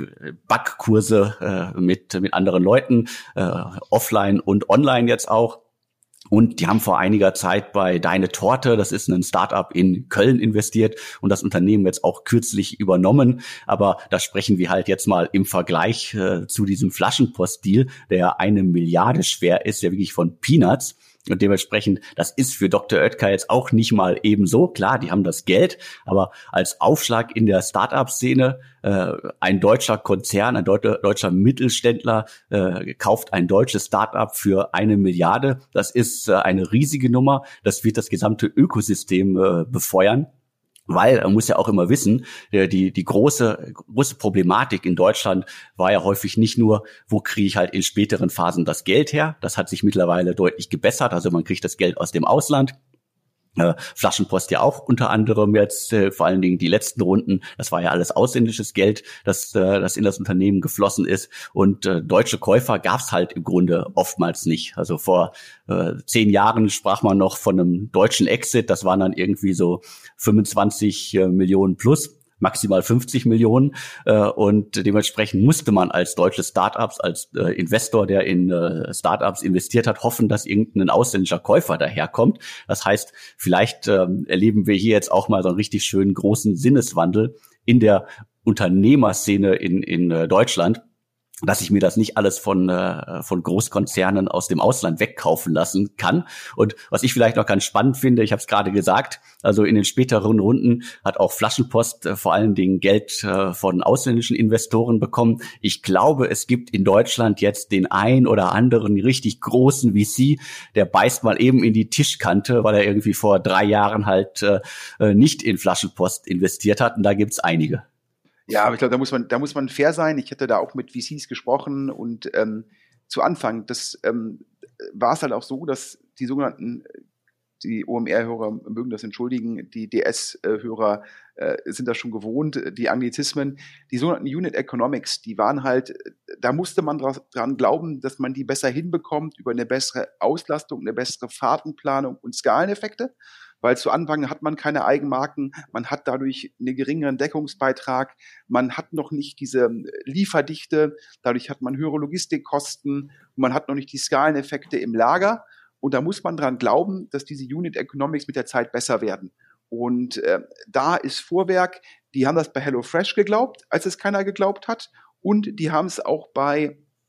Backkurse äh, mit mit anderen Leuten, äh, offline und online jetzt auch. Und die haben vor einiger Zeit bei Deine Torte, das ist ein Startup in Köln, investiert und das Unternehmen jetzt auch kürzlich übernommen. Aber da sprechen wir halt jetzt mal im Vergleich äh, zu diesem Flaschenpost-Deal, der eine Milliarde schwer ist, ja wirklich von Peanuts. Und dementsprechend, das ist für Doktor Oetker jetzt auch nicht mal ebenso. Klar, die haben das Geld, aber als Aufschlag in der Start-up-Szene, äh, ein deutscher Konzern, ein deut- deutscher Mittelständler äh, kauft ein deutsches Start-up für eine Milliarde. Das ist äh, eine riesige Nummer. Das wird das gesamte Ökosystem äh, befeuern. Weil, man muss ja auch immer wissen, die, die große, große Problematik in Deutschland war ja häufig nicht nur, wo kriege ich halt in späteren Phasen das Geld her? Das hat sich mittlerweile deutlich gebessert. Also man kriegt das Geld aus dem Ausland. Äh, Flaschenpost ja auch unter anderem jetzt, äh, vor allen Dingen die letzten Runden, das war ja alles ausländisches Geld, das, äh, das in das Unternehmen geflossen ist und äh, deutsche Käufer gab's halt im Grunde oftmals nicht. Also vor äh, zehn Jahren sprach man noch von einem deutschen Exit, das waren dann irgendwie so fünfundzwanzig äh, Millionen plus, maximal fünfzig Millionen äh, und dementsprechend musste man als deutsche Startups, als äh, Investor, der in äh, Startups investiert hat, hoffen, dass irgendein ausländischer Käufer daherkommt. Das heißt, vielleicht äh, erleben wir hier jetzt auch mal so einen richtig schönen großen Sinneswandel in der Unternehmerszene in, in äh, Deutschland, dass ich mir das nicht alles von äh, von Großkonzernen aus dem Ausland wegkaufen lassen kann. Und was ich vielleicht noch ganz spannend finde, ich habe es gerade gesagt, also in den späteren Runden hat auch Flaschenpost äh, vor allen Dingen Geld äh, von ausländischen Investoren bekommen. Ich glaube, es gibt in Deutschland jetzt den ein oder anderen richtig großen V C, der beißt mal eben in die Tischkante, weil er irgendwie vor drei Jahren halt äh, nicht in Flaschenpost investiert hat. Und da gibt's einige. Ja, aber ich glaube, da muss man, da muss man fair sein. Ich hätte da auch mit V Cs gesprochen und ähm, zu Anfang, das ähm, war es halt auch so, dass die sogenannten, die O M R-Hörer mögen das entschuldigen, die D S-Hörer äh, sind das schon gewohnt, die Anglizismen, die sogenannten Unit Economics, die waren halt, da musste man dra- dran glauben, dass man die besser hinbekommt über eine bessere Auslastung, eine bessere Fahrtenplanung und Skaleneffekte. Weil zu Anfang hat man keine Eigenmarken, man hat dadurch einen geringeren Deckungsbeitrag, man hat noch nicht diese Lieferdichte, dadurch hat man höhere Logistikkosten, man hat noch nicht die Skaleneffekte im Lager und da muss man dran glauben, dass diese Unit Economics mit der Zeit besser werden. Und äh, da ist Vorwerk, die haben das bei HelloFresh geglaubt, als es keiner geglaubt hat und die haben es auch bei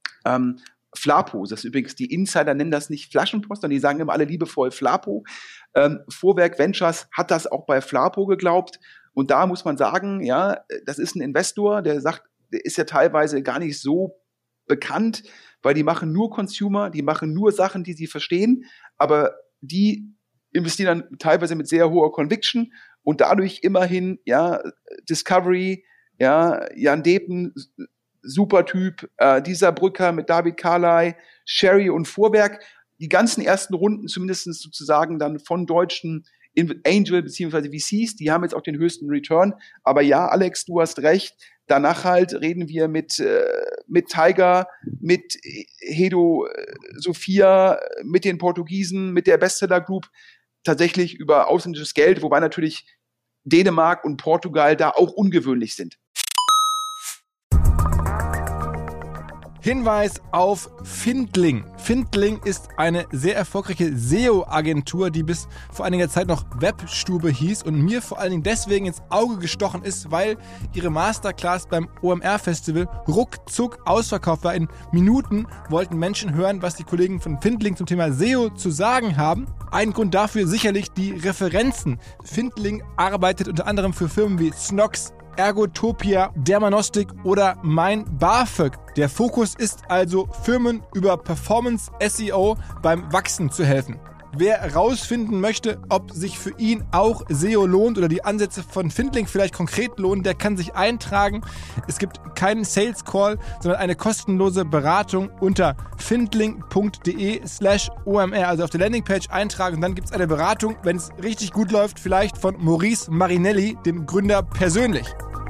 Ähm, Flapo, das ist übrigens, die Insider nennen das nicht Flaschenpost, sondern die sagen immer alle liebevoll Flapo. Ähm, Vorwerk Ventures hat das auch bei Flapo geglaubt. Und da muss man sagen, ja, das ist ein Investor, der sagt, der ist ja teilweise gar nicht so bekannt, weil die machen nur Consumer, die machen nur Sachen, die sie verstehen, aber die investieren dann teilweise mit sehr hoher Conviction und dadurch immerhin, ja, Discovery, ja, Jan Depen, super Typ, äh, dieser Brücker mit David Carley, Sherry und Vorwerk, die ganzen ersten Runden zumindest sozusagen dann von deutschen Angel beziehungsweise V Cs, die haben jetzt auch den höchsten Return. Aber ja, Alex, du hast recht. Danach halt reden wir mit äh, mit Tiger, mit Hedo äh, Sophia, mit den Portugiesen, mit der Bestseller Group tatsächlich über ausländisches Geld, wobei natürlich Dänemark und Portugal da auch ungewöhnlich sind. Hinweis auf Findling. Findling ist eine sehr erfolgreiche S E O-Agentur, die bis vor einiger Zeit noch Webstube hieß und mir vor allen Dingen deswegen ins Auge gestochen ist, weil ihre Masterclass beim O M R-Festival ruckzuck ausverkauft war. In Minuten wollten Menschen hören, was die Kollegen von Findling zum Thema S E O zu sagen haben. Ein Grund dafür sicherlich die Referenzen. Findling arbeitet unter anderem für Firmen wie Snox, Ergotopia, Dermanostik oder mein BAföG. Der Fokus ist also, Firmen über Performance S E O beim Wachsen zu helfen. Wer rausfinden möchte, ob sich für ihn auch S E O lohnt oder die Ansätze von Findling vielleicht konkret lohnen, der kann sich eintragen. Es gibt keinen Sales Call, sondern eine kostenlose Beratung unter findling.de slash OMR. Also auf der Landingpage eintragen und dann gibt es eine Beratung, wenn es richtig gut läuft, vielleicht von Maurice Marinelli, dem Gründer persönlich.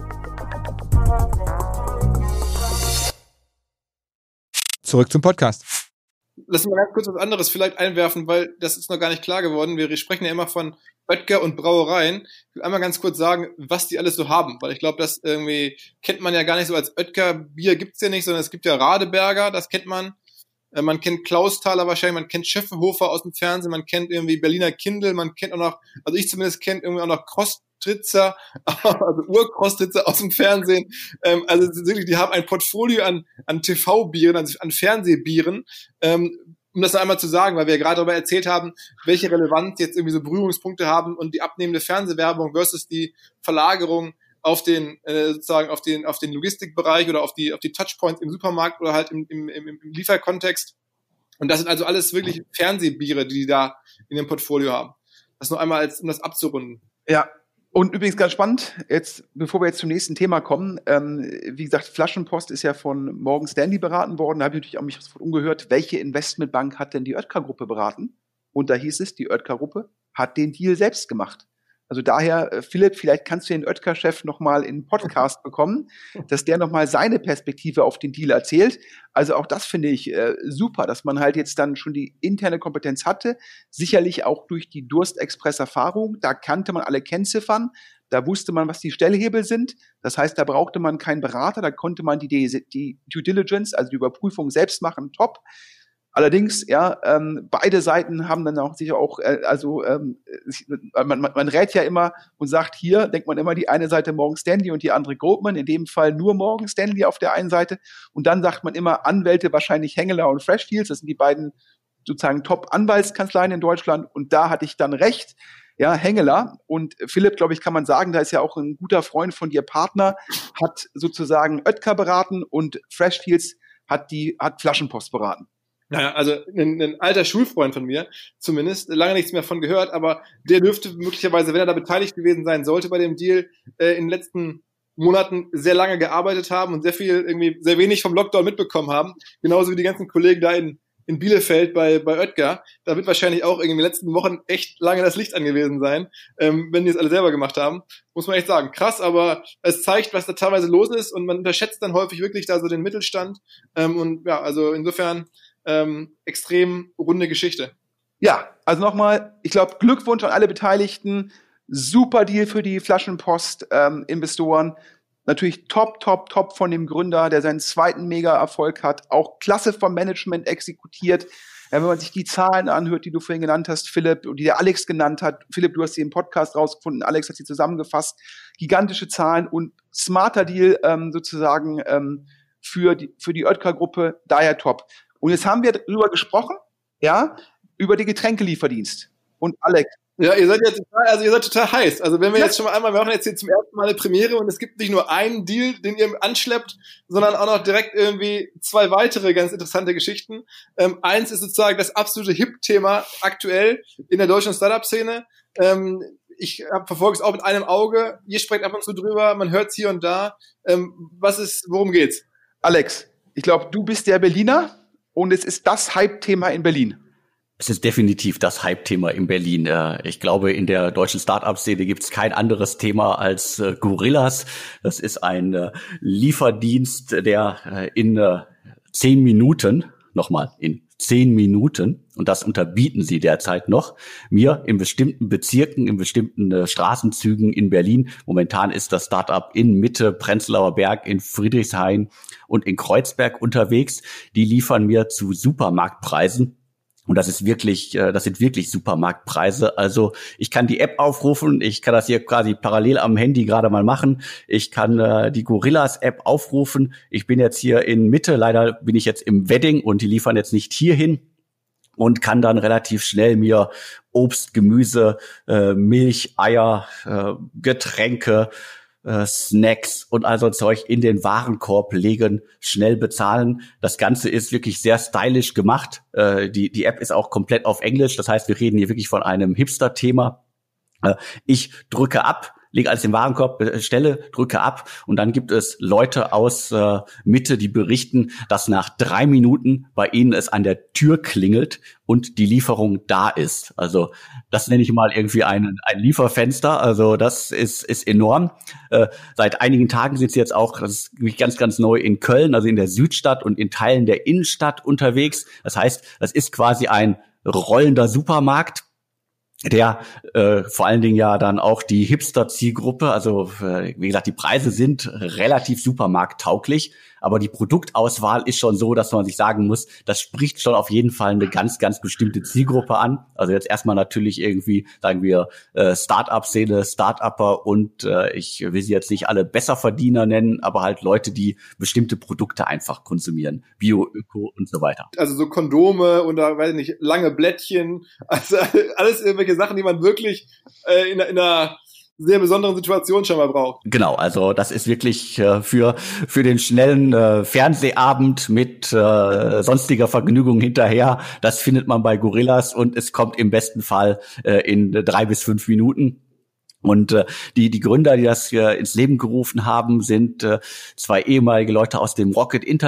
Zurück zum Podcast. Lass mal ganz kurz was anderes vielleicht einwerfen, weil das ist noch gar nicht klar geworden. Wir sprechen ja immer von Oetker und Brauereien. Ich will einmal ganz kurz sagen, was die alles so haben, weil ich glaube, das irgendwie kennt man ja gar nicht so als Oetker. Bier gibt's ja nicht, sondern es gibt ja Radeberger, das kennt man. Man kennt Klausthaler wahrscheinlich, man kennt Scheffehofer aus dem Fernsehen, man kennt irgendwie Berliner Kindl, man kennt auch noch, also ich zumindest kennt irgendwie auch noch Krostritzer, also Urkrostritzer aus dem Fernsehen. Ähm, also wirklich, die haben ein Portfolio an, an T V-Bieren, also an Fernsehbieren, ähm, um das noch einmal zu sagen, weil wir ja gerade darüber erzählt haben, welche Relevanz jetzt irgendwie so Berührungspunkte haben und die abnehmende Fernsehwerbung versus die Verlagerung auf den äh, sozusagen auf den auf den Logistikbereich oder auf die auf die Touchpoints im Supermarkt oder halt im, im, im, im Lieferkontext. Und das sind also alles wirklich Fernsehbiere, die die da in dem Portfolio haben. Das nur einmal als um das abzurunden. Ja. Und übrigens ganz spannend, jetzt, bevor wir jetzt zum nächsten Thema kommen, ähm, wie gesagt, Flaschenpost ist ja von Morgan Stanley beraten worden. Da habe ich natürlich auch mich sofort umgehört, welche Investmentbank hat denn die Oetker-Gruppe beraten? Und da hieß es, die Oetker-Gruppe hat den Deal selbst gemacht. Also daher, äh, Philipp, vielleicht kannst du den Oetker-Chef nochmal in einen Podcast bekommen, dass der nochmal seine Perspektive auf den Deal erzählt. Also auch das finde ich äh, super, dass man halt jetzt dann schon die interne Kompetenz hatte. Sicherlich auch durch die Durstexpress-Erfahrung. Da kannte man alle Kennziffern. Da wusste man, was die Stellhebel sind. Das heißt, da brauchte man keinen Berater. Da konnte man die, die Due Diligence, also die Überprüfung selbst machen. Top. Allerdings, ja, ähm, beide Seiten haben dann auch sicher auch, äh, also ähm, man, man, man rät ja immer und sagt, hier denkt man immer, die eine Seite Morgan Stanley und die andere Goldman, in dem Fall nur Morgan Stanley auf der einen Seite. Und dann sagt man immer Anwälte, wahrscheinlich Hengeler und Freshfields, das sind die beiden sozusagen Top-Anwaltskanzleien in Deutschland. Und da hatte ich dann recht, ja, Hengeler. Und Philipp, glaube ich, kann man sagen, da ist ja auch ein guter Freund von dir, Partner, hat sozusagen Oetker beraten und Freshfields hat die hat Flaschenpost beraten. Naja, also ein, ein alter Schulfreund von mir, zumindest, lange nichts mehr von gehört, aber der dürfte möglicherweise, wenn er da beteiligt gewesen sein sollte bei dem Deal, äh, in den letzten Monaten sehr lange gearbeitet haben und sehr viel, irgendwie sehr wenig vom Lockdown mitbekommen haben. Genauso wie die ganzen Kollegen da in, in Bielefeld bei, bei Oetker. Da wird wahrscheinlich auch irgendwie in den letzten Wochen echt lange das Licht angewiesen sein, ähm, wenn die es alle selber gemacht haben. Muss man echt sagen. Krass, aber es zeigt, was da teilweise los ist und man unterschätzt dann häufig wirklich da so den Mittelstand. Ähm, und ja, also insofern Ähm, extrem runde Geschichte. Ja, also nochmal, ich glaube, Glückwunsch an alle Beteiligten. Super Deal für die Flaschenpost-Investoren. Ähm, Natürlich top, top, top von dem Gründer, der seinen zweiten Mega-Erfolg hat. Auch klasse vom Management exekutiert. Ja, wenn man sich die Zahlen anhört, die du vorhin genannt hast, Philipp, und die der Alex genannt hat. Philipp, du hast sie im Podcast rausgefunden. Alex hat sie zusammengefasst. Gigantische Zahlen und smarter Deal ähm, sozusagen ähm, für die, für die Oetker-Gruppe daher top. Und jetzt haben wir darüber gesprochen, ja, über den Getränkelieferdienst. Und Alex. Ja, ihr seid ja total, also ihr seid total heiß. Also wenn wir ja. jetzt schon mal einmal, wir machen jetzt hier zum ersten Mal eine Premiere und es gibt nicht nur einen Deal, den ihr anschleppt, sondern auch noch direkt irgendwie zwei weitere ganz interessante Geschichten. Ähm, eins ist sozusagen das absolute Hip-Thema aktuell in der deutschen Startup-Szene. Ähm, ich verfolge es auch mit einem Auge. Ihr sprecht ab und zu drüber, man hört es hier und da. Ähm, was ist, worum geht's? Alex, ich glaube, du bist der Berliner und es ist das Hype-Thema in Berlin. Es ist definitiv das Hype-Thema in Berlin. Ich glaube, in der deutschen Start-up-Szene gibt es kein anderes Thema als Gorillas. Das ist ein Lieferdienst, der in zehn Minuten, nochmal in zehn Minuten, und das unterbieten sie derzeit noch, mir in bestimmten Bezirken, in bestimmten Straßenzügen in Berlin, momentan ist das Start-up in Mitte, Prenzlauer Berg, in Friedrichshain und in Kreuzberg unterwegs, die liefern mir zu Supermarktpreisen. Und das ist wirklich, das sind wirklich Supermarktpreise. Also ich kann die App aufrufen, ich kann das hier quasi parallel am Handy gerade mal machen. Ich kann äh, die Gorillas-App aufrufen. Ich bin jetzt hier in Mitte, leider bin ich jetzt im Wedding und die liefern jetzt nicht hierhin und kann dann relativ schnell mir Obst, Gemüse, äh, Milch, Eier, äh, Getränke, Snacks und all so Zeug in den Warenkorb legen, schnell bezahlen. Das Ganze ist wirklich sehr stylisch gemacht. Äh, die, die App ist auch komplett auf Englisch. Das heißt, wir reden hier wirklich von einem Hipster-Thema. Äh, ich drücke ab, lege alles im Warenkorb, bestelle, drücke ab und dann gibt es Leute aus äh, Mitte, die berichten, dass nach drei Minuten bei ihnen es an der Tür klingelt und die Lieferung da ist. Also das nenne ich mal irgendwie ein, ein Lieferfenster. Also das ist, ist enorm. Äh, seit einigen Tagen sind sie jetzt auch, das ist ganz, ganz neu, in Köln, also in der Südstadt und in Teilen der Innenstadt unterwegs. Das heißt, das ist quasi ein rollender Supermarkt, der äh, vor allen Dingen ja dann auch die Hipster-Zielgruppe, also äh, wie gesagt, die Preise sind relativ supermarkttauglich, aber die Produktauswahl ist schon so, dass man sich sagen muss, das spricht schon auf jeden Fall eine ganz, ganz bestimmte Zielgruppe an. Also jetzt erstmal natürlich irgendwie, sagen wir, äh, Start-up-Szene, Start-Upper und äh, ich will sie jetzt nicht alle Besserverdiener nennen, aber halt Leute, die bestimmte Produkte einfach konsumieren. Bio, Öko und so weiter. Also so Kondome und da, weiß ich nicht, lange Blättchen, also alles irgendwelche Sachen, die man wirklich äh, in, in einer sehr besonderen Situation schon mal braucht. Genau, also das ist wirklich äh, für für den schnellen äh, Fernsehabend mit äh, sonstiger Vergnügung hinterher. Das findet man bei Gorillas und es kommt im besten Fall äh, in drei bis fünf Minuten. Und äh, die die Gründer, die das äh, ins Leben gerufen haben, sind äh, zwei ehemalige Leute aus dem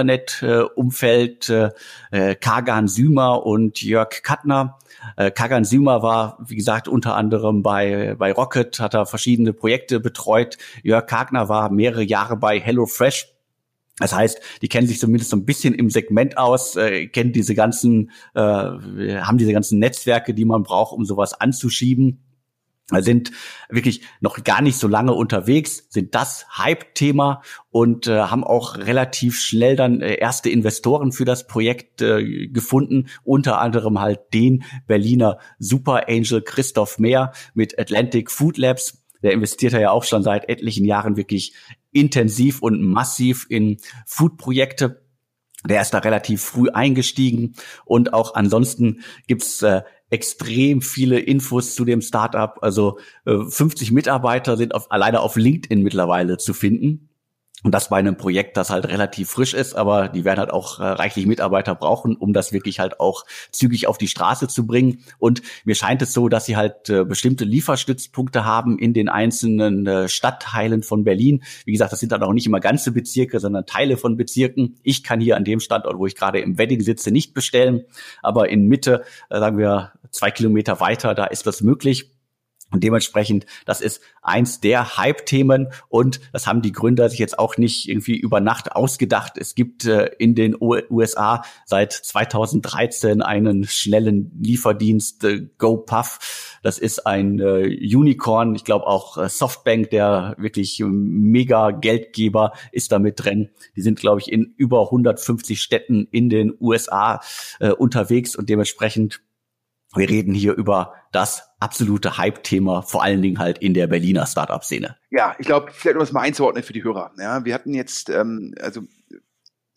Rocket-Internet-Umfeld, äh, äh, Kagan Sümer und Jörg Kattner. Äh, Kagan Sümer war, wie gesagt, unter anderem bei bei Rocket, hat er verschiedene Projekte betreut. Jörg Kattner war mehrere Jahre bei HelloFresh. Das heißt, die kennen sich zumindest so ein bisschen im Segment aus, äh, kennen diese ganzen, äh, haben diese ganzen Netzwerke, die man braucht, um sowas anzuschieben. Sind wirklich noch gar nicht so lange unterwegs, sind das Hype-Thema und äh, haben auch relativ schnell dann äh, erste Investoren für das Projekt äh, gefunden, unter anderem halt den Berliner Super Angel Christoph Mehr mit Atlantic Food Labs. Der investiert ja auch schon seit etlichen Jahren wirklich intensiv und massiv in Food-Projekte. Der ist da relativ früh eingestiegen und auch ansonsten gibt's äh, extrem viele Infos zu dem Startup. Also äh, fünfzig Mitarbeiter sind auf, alleine auf LinkedIn mittlerweile zu finden. Und das bei einem Projekt, das halt relativ frisch ist, aber die werden halt auch äh, reichlich Mitarbeiter brauchen, um das wirklich halt auch zügig auf die Straße zu bringen. Und mir scheint es so, dass sie halt äh, bestimmte Lieferstützpunkte haben in den einzelnen äh, Stadtteilen von Berlin. Wie gesagt, das sind dann auch nicht immer ganze Bezirke, sondern Teile von Bezirken. Ich kann hier an dem Standort, wo ich gerade im Wedding sitze, nicht bestellen. Aber in Mitte, äh, sagen wir zwei Kilometer weiter, da ist das möglich. Und dementsprechend, das ist eins der Hype-Themen und das haben die Gründer sich jetzt auch nicht irgendwie über Nacht ausgedacht. Es gibt äh, in den U S A seit zweitausenddreizehn einen schnellen Lieferdienst, äh, GoPuff. Das ist ein äh, Unicorn. Ich glaube auch äh, Softbank, der wirklich mega Geldgeber, ist da mit drin. Die sind, glaube ich, in über hundertfünfzig Städten in den U S A äh, unterwegs und dementsprechend wir reden hier über das absolute Hype-Thema, vor allen Dingen halt in der Berliner Startup-Szene. Ja, ich glaube, vielleicht um das mal einzuordnen für die Hörer. Ja, wir hatten jetzt, ähm, also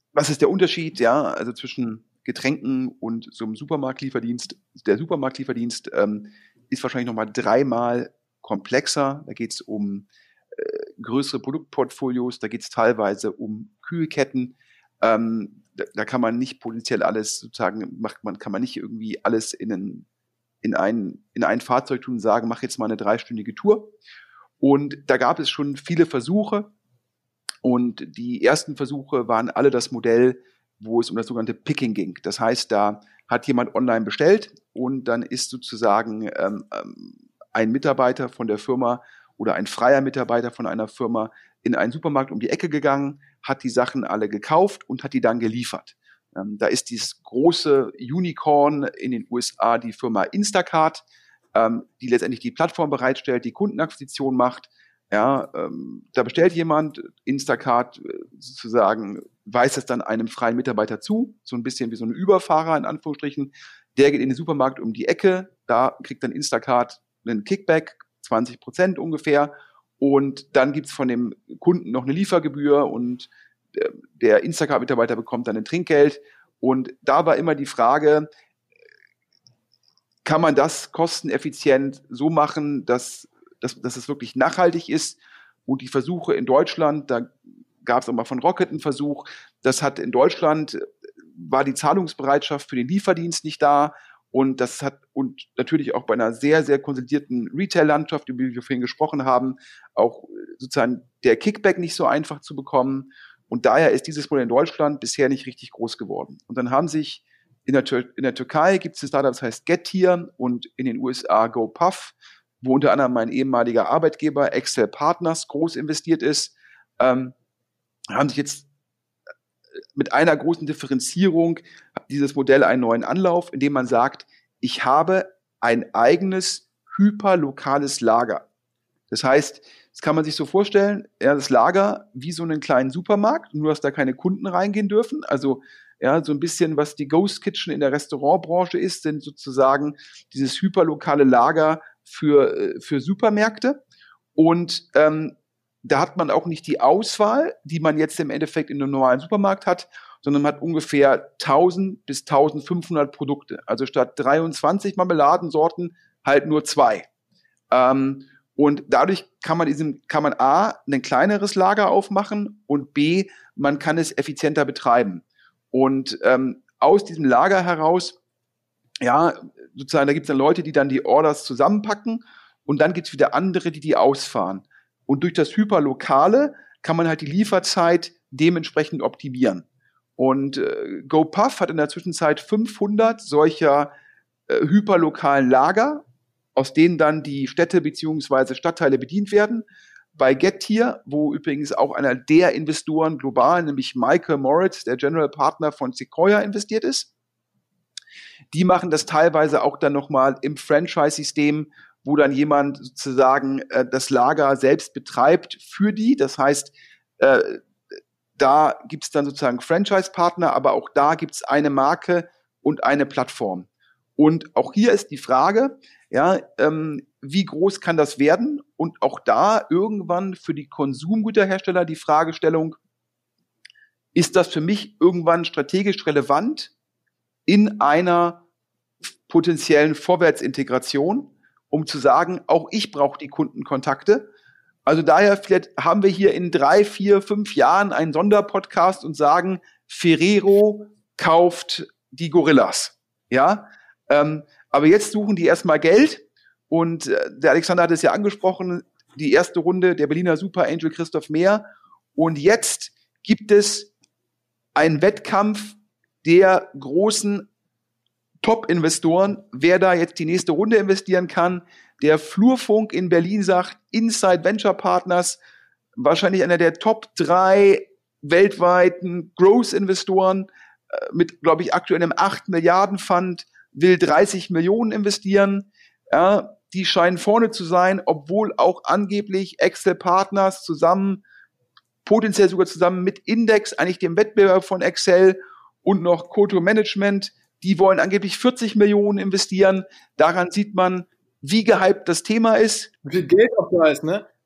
was ist der Unterschied, ja, also zwischen Getränken und so einem Supermarktlieferdienst? Der Supermarktlieferdienst ähm, ist wahrscheinlich nochmal dreimal komplexer. Da geht es um äh, größere Produktportfolios, da geht es teilweise um Kühlketten. Ähm, da, da kann man nicht potenziell alles sozusagen, macht man, kann man nicht irgendwie alles in ein, in ein, in ein Fahrzeug tun und sagen, mach jetzt mal eine dreistündige Tour. Und da gab es schon viele Versuche. Und die ersten Versuche waren alle das Modell, wo es um das sogenannte Picking ging. Das heißt, da hat jemand online bestellt und dann ist sozusagen ähm, ein Mitarbeiter von der Firma oder ein freier Mitarbeiter von einer Firma in einen Supermarkt um die Ecke gegangen, hat die Sachen alle gekauft und hat die dann geliefert. Ähm, da ist dieses große Unicorn in den U S A die Firma Instacart, ähm, die letztendlich die Plattform bereitstellt, die Kundenakquisition macht. Ja, ähm, da bestellt jemand, Instacart äh, sozusagen weist es dann einem freien Mitarbeiter zu, so ein bisschen wie so ein Überfahrer in Anführungsstrichen. Der geht in den Supermarkt um die Ecke, da kriegt dann Instacart einen Kickback, zwanzig Prozent ungefähr, und dann gibt's von dem Kunden noch eine Liefergebühr und der, der Instacart-Mitarbeiter bekommt dann ein Trinkgeld. Und da war immer die Frage, kann man das kosteneffizient so machen, dass Dass, dass es wirklich nachhaltig ist. Und die Versuche in Deutschland, da gab es auch mal von Rocket einen Versuch, das hat in Deutschland, war die Zahlungsbereitschaft für den Lieferdienst nicht da. Und das hat, und natürlich auch bei einer sehr, sehr konsolidierten Retail-Landschaft, über die wir vorhin gesprochen haben, auch sozusagen der Kickback nicht so einfach zu bekommen. Und daher ist dieses Modell in Deutschland bisher nicht richtig groß geworden. Und dann haben sich in der, Tür- in der Türkei gibt es ein Startup, das heißt Getir, und in den U S A GoPuff, wo unter anderem mein ehemaliger Arbeitgeber Excel Partners groß investiert ist, ähm, haben sich jetzt mit einer großen Differenzierung dieses Modell einen neuen Anlauf, indem man sagt, ich habe ein eigenes hyperlokales Lager. Das heißt, das kann man sich so vorstellen, ja, das Lager wie so einen kleinen Supermarkt, nur dass da keine Kunden reingehen dürfen. Also ja, so ein bisschen, was die Ghost Kitchen in der Restaurantbranche ist, sind sozusagen dieses hyperlokale Lager für, für Supermärkte. Und ähm, da hat man auch nicht die Auswahl, die man jetzt im Endeffekt in einem normalen Supermarkt hat, sondern man hat ungefähr tausend bis eintausendfünfhundert Produkte. Also statt dreiundzwanzig Marmeladensorten halt nur zwei. Ähm, und dadurch kann man diesem, kann man A, ein kleineres Lager aufmachen und B, man kann es effizienter betreiben. Und ähm, aus diesem Lager heraus, ja, sozusagen, da gibt es dann Leute, die dann die Orders zusammenpacken und dann gibt es wieder andere, die die ausfahren. Und durch das Hyperlokale kann man halt die Lieferzeit dementsprechend optimieren. Und äh, GoPuff hat in der Zwischenzeit fünfhundert solcher äh, hyperlokalen Lager, aus denen dann die Städte bzw. Stadtteile bedient werden. Bei Getir, wo übrigens auch einer der Investoren global, nämlich Michael Moritz, der General Partner von Sequoia, investiert ist. Die machen das teilweise auch dann nochmal im Franchise-System, wo dann jemand sozusagen äh, das Lager selbst betreibt für die. Das heißt, äh, da gibt es dann sozusagen Franchise-Partner, aber auch da gibt es eine Marke und eine Plattform. Und auch hier ist die Frage, ja, ähm, wie groß kann das werden? Und auch da irgendwann für die Konsumgüterhersteller die Fragestellung, ist das für mich irgendwann strategisch relevant in einer potenziellen Vorwärtsintegration, um zu sagen, auch ich brauche die Kundenkontakte. Also daher vielleicht haben wir hier in drei, vier, fünf Jahren einen Sonderpodcast und sagen, Ferrero kauft die Gorillas. Ja, ähm, aber jetzt suchen die erstmal Geld. Und äh, der Alexander hat es ja angesprochen, die erste Runde, der Berliner Super Angel Christoph Mehr. Und jetzt gibt es einen Wettkampf der großen Top-Investoren, wer da jetzt die nächste Runde investieren kann. Der Flurfunk in Berlin sagt, Inside Venture Partners, wahrscheinlich einer der Top drei weltweiten Growth-Investoren äh, mit, glaube ich, aktuell einem acht Milliarden Fund, will dreißig Millionen investieren. Ja, die scheinen vorne zu sein, obwohl auch angeblich Excel Partners zusammen, potenziell sogar zusammen mit Index, eigentlich dem Wettbewerb von Excel und noch Koto Management, die wollen angeblich vierzig Millionen investieren. Daran sieht man, wie gehypt das Thema ist. Wie viel Geld auch da ist, ne?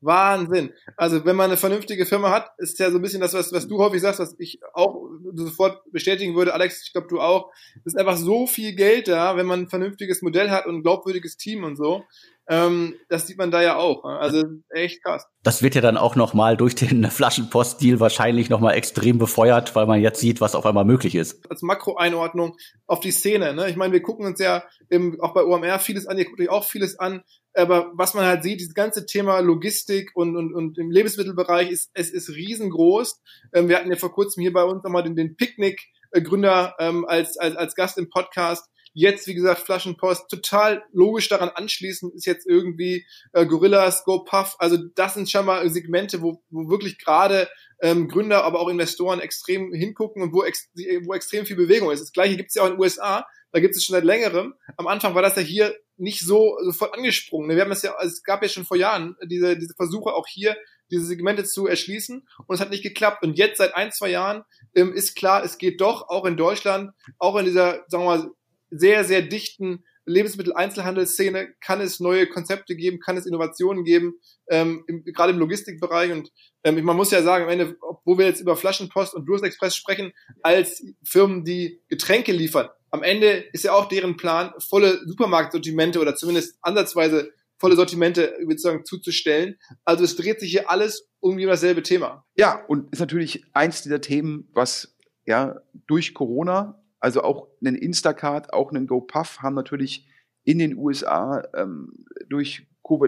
Wahnsinn. Also wenn man eine vernünftige Firma hat, ist ja so ein bisschen das, was, was du häufig sagst, was ich auch sofort bestätigen würde, Alex, ich glaube du auch, ist einfach so viel Geld da, wenn man ein vernünftiges Modell hat und ein glaubwürdiges Team und so. Ähm, das sieht man da ja auch. Also echt krass. Das wird ja dann auch nochmal durch den Flaschenpost-Deal wahrscheinlich nochmal extrem befeuert, weil man jetzt sieht, was auf einmal möglich ist. Als Makroeinordnung auf die Szene. Ne? Ich meine, wir gucken uns ja im, auch bei O M R vieles an, ihr guckt euch auch vieles an. Aber was man halt sieht, dieses ganze Thema Logistik und, und, und im Lebensmittelbereich ist, es ist riesengroß. Ähm, wir hatten ja vor kurzem hier bei uns nochmal den, den Picknick-Gründer ähm, als, als, als Gast im Podcast. Jetzt, wie gesagt, Flaschenpost, total logisch daran anschließend ist jetzt irgendwie äh, Gorillas, GoPuff. Also das sind schon mal Segmente, wo, wo wirklich gerade ähm, Gründer, aber auch Investoren extrem hingucken und wo, ex, wo extrem viel Bewegung ist. Das Gleiche gibt es ja auch in den U S A. Da gibt es schon seit längerem. Am Anfang war das ja hier nicht so sofort angesprungen. Wir haben das ja, es gab ja schon vor Jahren diese, diese Versuche auch hier, diese Segmente zu erschließen und es hat nicht geklappt. Und jetzt seit ein, zwei Jahren ähm, ist klar, es geht doch, auch in Deutschland, auch in dieser, sagen wir mal, sehr, sehr dichten Lebensmittel-Einzelhandelsszene kann es neue Konzepte geben, kann es Innovationen geben, ähm, im, gerade im Logistikbereich. Und ähm, man muss ja sagen, am Ende, wo wir jetzt über Flaschenpost und Durstexpress sprechen, als Firmen, die Getränke liefern, am Ende ist ja auch deren Plan, volle Supermarktsortimente oder zumindest ansatzweise volle Sortimente sozusagen zuzustellen. Also es dreht sich hier alles um dasselbe Thema. Ja, und ist natürlich eins dieser Themen, was ja durch Corona, also auch einen Instacart, auch einen GoPuff haben natürlich in den U S A ähm, durch Covid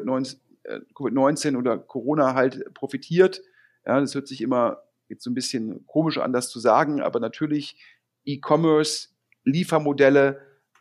neunzehn oder Corona halt profitiert. Ja, das hört sich immer jetzt so ein bisschen komisch an, das zu sagen, aber natürlich E-Commerce, Liefermodelle,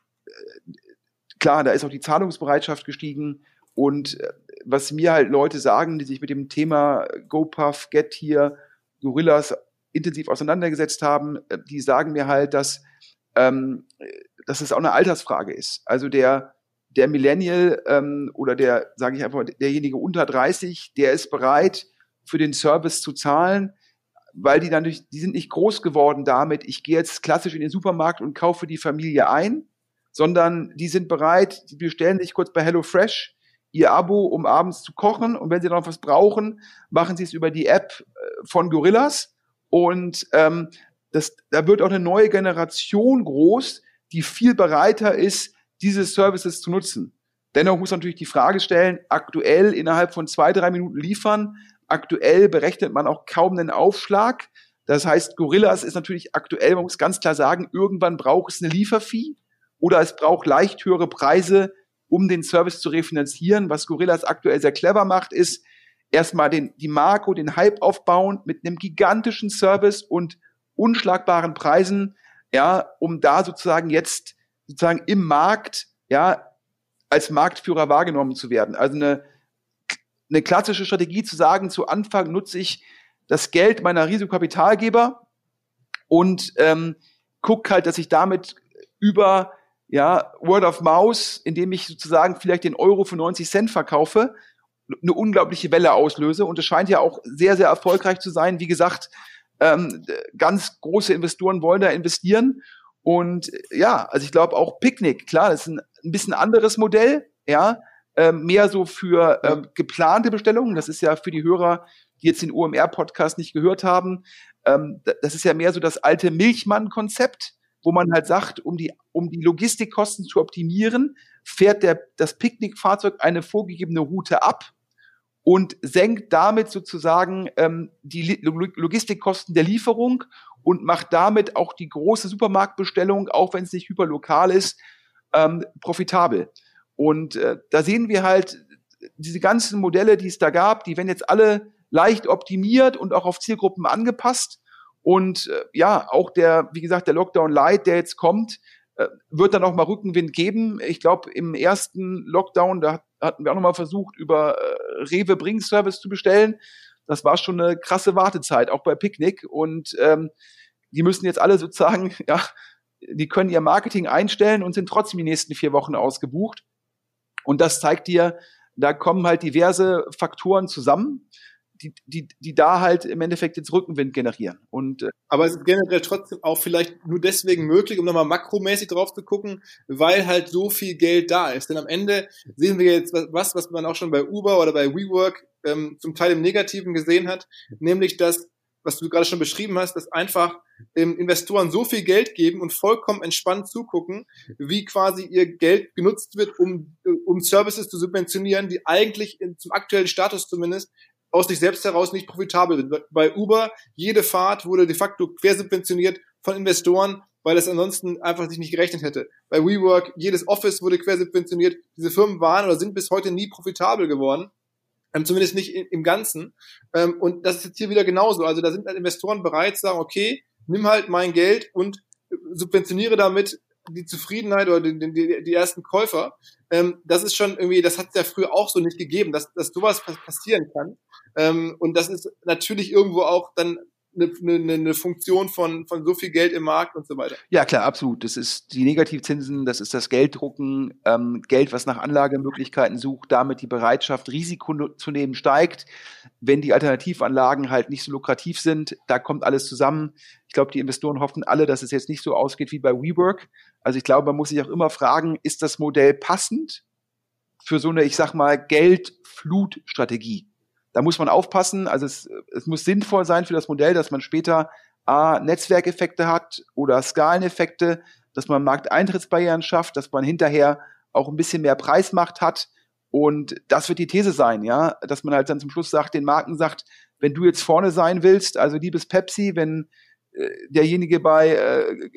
äh, klar, da ist auch die Zahlungsbereitschaft gestiegen. Und äh, was mir halt Leute sagen, die sich mit dem Thema GoPuff, Getir, Gorillas intensiv auseinandergesetzt haben, äh, die sagen mir halt, dass Ähm, dass es auch eine Altersfrage ist. Also der der Millennial ähm, oder der, sage ich einfach, derjenige unter dreißig, der ist bereit, für den Service zu zahlen, weil die dann durch, die sind nicht groß geworden damit, ich gehe jetzt klassisch in den Supermarkt und kaufe die Familie ein, sondern die sind bereit, die bestellen sich kurz bei HelloFresh ihr Abo, um abends zu kochen, und wenn sie noch was brauchen, machen sie es über die App von Gorillas. Und ähm, Das, da wird auch eine neue Generation groß, die viel bereiter ist, diese Services zu nutzen. Dennoch muss man natürlich die Frage stellen, aktuell innerhalb von zwei, drei Minuten liefern, aktuell berechnet man auch kaum einen Aufschlag. Das heißt, Gorillas ist natürlich aktuell, man muss ganz klar sagen, irgendwann braucht es eine Lieferfee oder es braucht leicht höhere Preise, um den Service zu refinanzieren. Was Gorillas aktuell sehr clever macht, ist erstmal den, die Marke, den Hype aufbauen mit einem gigantischen Service und unschlagbaren Preisen, ja, um da sozusagen jetzt sozusagen im Markt, ja, als Marktführer wahrgenommen zu werden. Also eine, eine klassische Strategie zu sagen, zu Anfang nutze ich das Geld meiner Risikokapitalgeber und ähm, gucke halt, dass ich damit über ja, Word of Mouth, indem ich sozusagen vielleicht den Euro für neunzig Cent verkaufe, eine unglaubliche Welle auslöse. Und es scheint ja auch sehr, sehr erfolgreich zu sein. Wie gesagt, Ähm, ganz große Investoren wollen da investieren. Und ja, also ich glaube auch Picknick, klar, das ist ein, ein bisschen anderes Modell, ja, äh, mehr so für äh, geplante Bestellungen. Das ist ja für die Hörer, die jetzt den O M R-Podcast nicht gehört haben, ähm, das ist ja mehr so das alte Milchmann-Konzept, wo man halt sagt, um die, um die Logistikkosten zu optimieren, fährt der, das Picknickfahrzeug eine vorgegebene Route ab und senkt damit sozusagen ähm, die Logistikkosten der Lieferung und macht damit auch die große Supermarktbestellung, auch wenn es nicht hyperlokal ist, ähm, profitabel. Und äh, da sehen wir halt diese ganzen Modelle, die es da gab, die werden jetzt alle leicht optimiert und auch auf Zielgruppen angepasst. Und äh, ja, auch der, wie gesagt, der Lockdown Light, der jetzt kommt, äh, wird dann auch mal Rückenwind geben. Ich glaube, im ersten Lockdown, da hatten wir auch noch mal versucht, über äh, Rewe Bring-Service zu bestellen. Das war schon eine krasse Wartezeit, auch bei Picknick. Und ähm, die müssen jetzt alle sozusagen, ja, die können ihr Marketing einstellen und sind trotzdem die nächsten vier Wochen ausgebucht. Und das zeigt dir, da kommen halt diverse Faktoren zusammen. die, die, die da halt im Endeffekt jetzt Rückenwind generieren. Und, äh, aber es ist generell trotzdem auch vielleicht nur deswegen möglich, um nochmal makromäßig drauf zu gucken, weil halt so viel Geld da ist. Denn am Ende sehen wir jetzt was, was man auch schon bei Uber oder bei WeWork ähm, zum Teil im Negativen gesehen hat, nämlich dass, was du gerade schon beschrieben hast, dass einfach ähm, Investoren so viel Geld geben und vollkommen entspannt zugucken, wie quasi ihr Geld genutzt wird, um, um Services zu subventionieren, die eigentlich in, zum aktuellen Status zumindest aus sich selbst heraus nicht profitabel sind. Bei Uber, jede Fahrt wurde de facto quersubventioniert von Investoren, weil es ansonsten einfach sich nicht gerechnet hätte. Bei WeWork, jedes Office wurde quersubventioniert. Diese Firmen waren oder sind bis heute nie profitabel geworden. Ähm, zumindest nicht in, im Ganzen. Ähm, und das ist jetzt hier wieder genauso. Also da sind halt Investoren bereit zu sagen, okay, nimm halt mein Geld und subventioniere damit die Zufriedenheit oder die, die, die ersten Käufer. Ähm, das ist schon irgendwie, das hat es ja früher auch so nicht gegeben, dass, dass sowas passieren kann. Ähm, und das ist natürlich irgendwo auch dann eine, eine, eine Funktion von, von so viel Geld im Markt und so weiter. Ja, klar, absolut. Das ist die Negativzinsen, das ist das Gelddrucken, ähm, Geld, was nach Anlagemöglichkeiten sucht, damit die Bereitschaft, Risiko zu nehmen, steigt. Wenn die Alternativanlagen halt nicht so lukrativ sind, da kommt alles zusammen. Ich glaube, die Investoren hoffen alle, dass es jetzt nicht so ausgeht wie bei WeWork. Also ich glaube, man muss sich auch immer fragen, ist das Modell passend für so eine, ich sag mal, Geldflutstrategie? Da muss man aufpassen, also es, es muss sinnvoll sein für das Modell, dass man später A, Netzwerkeffekte hat oder Skaleneffekte, dass man Markteintrittsbarrieren schafft, dass man hinterher auch ein bisschen mehr Preismacht hat. Und das wird die These sein, ja, dass man halt dann zum Schluss sagt, den Marken sagt, wenn du jetzt vorne sein willst, also liebes Pepsi, wenn äh, derjenige bei äh,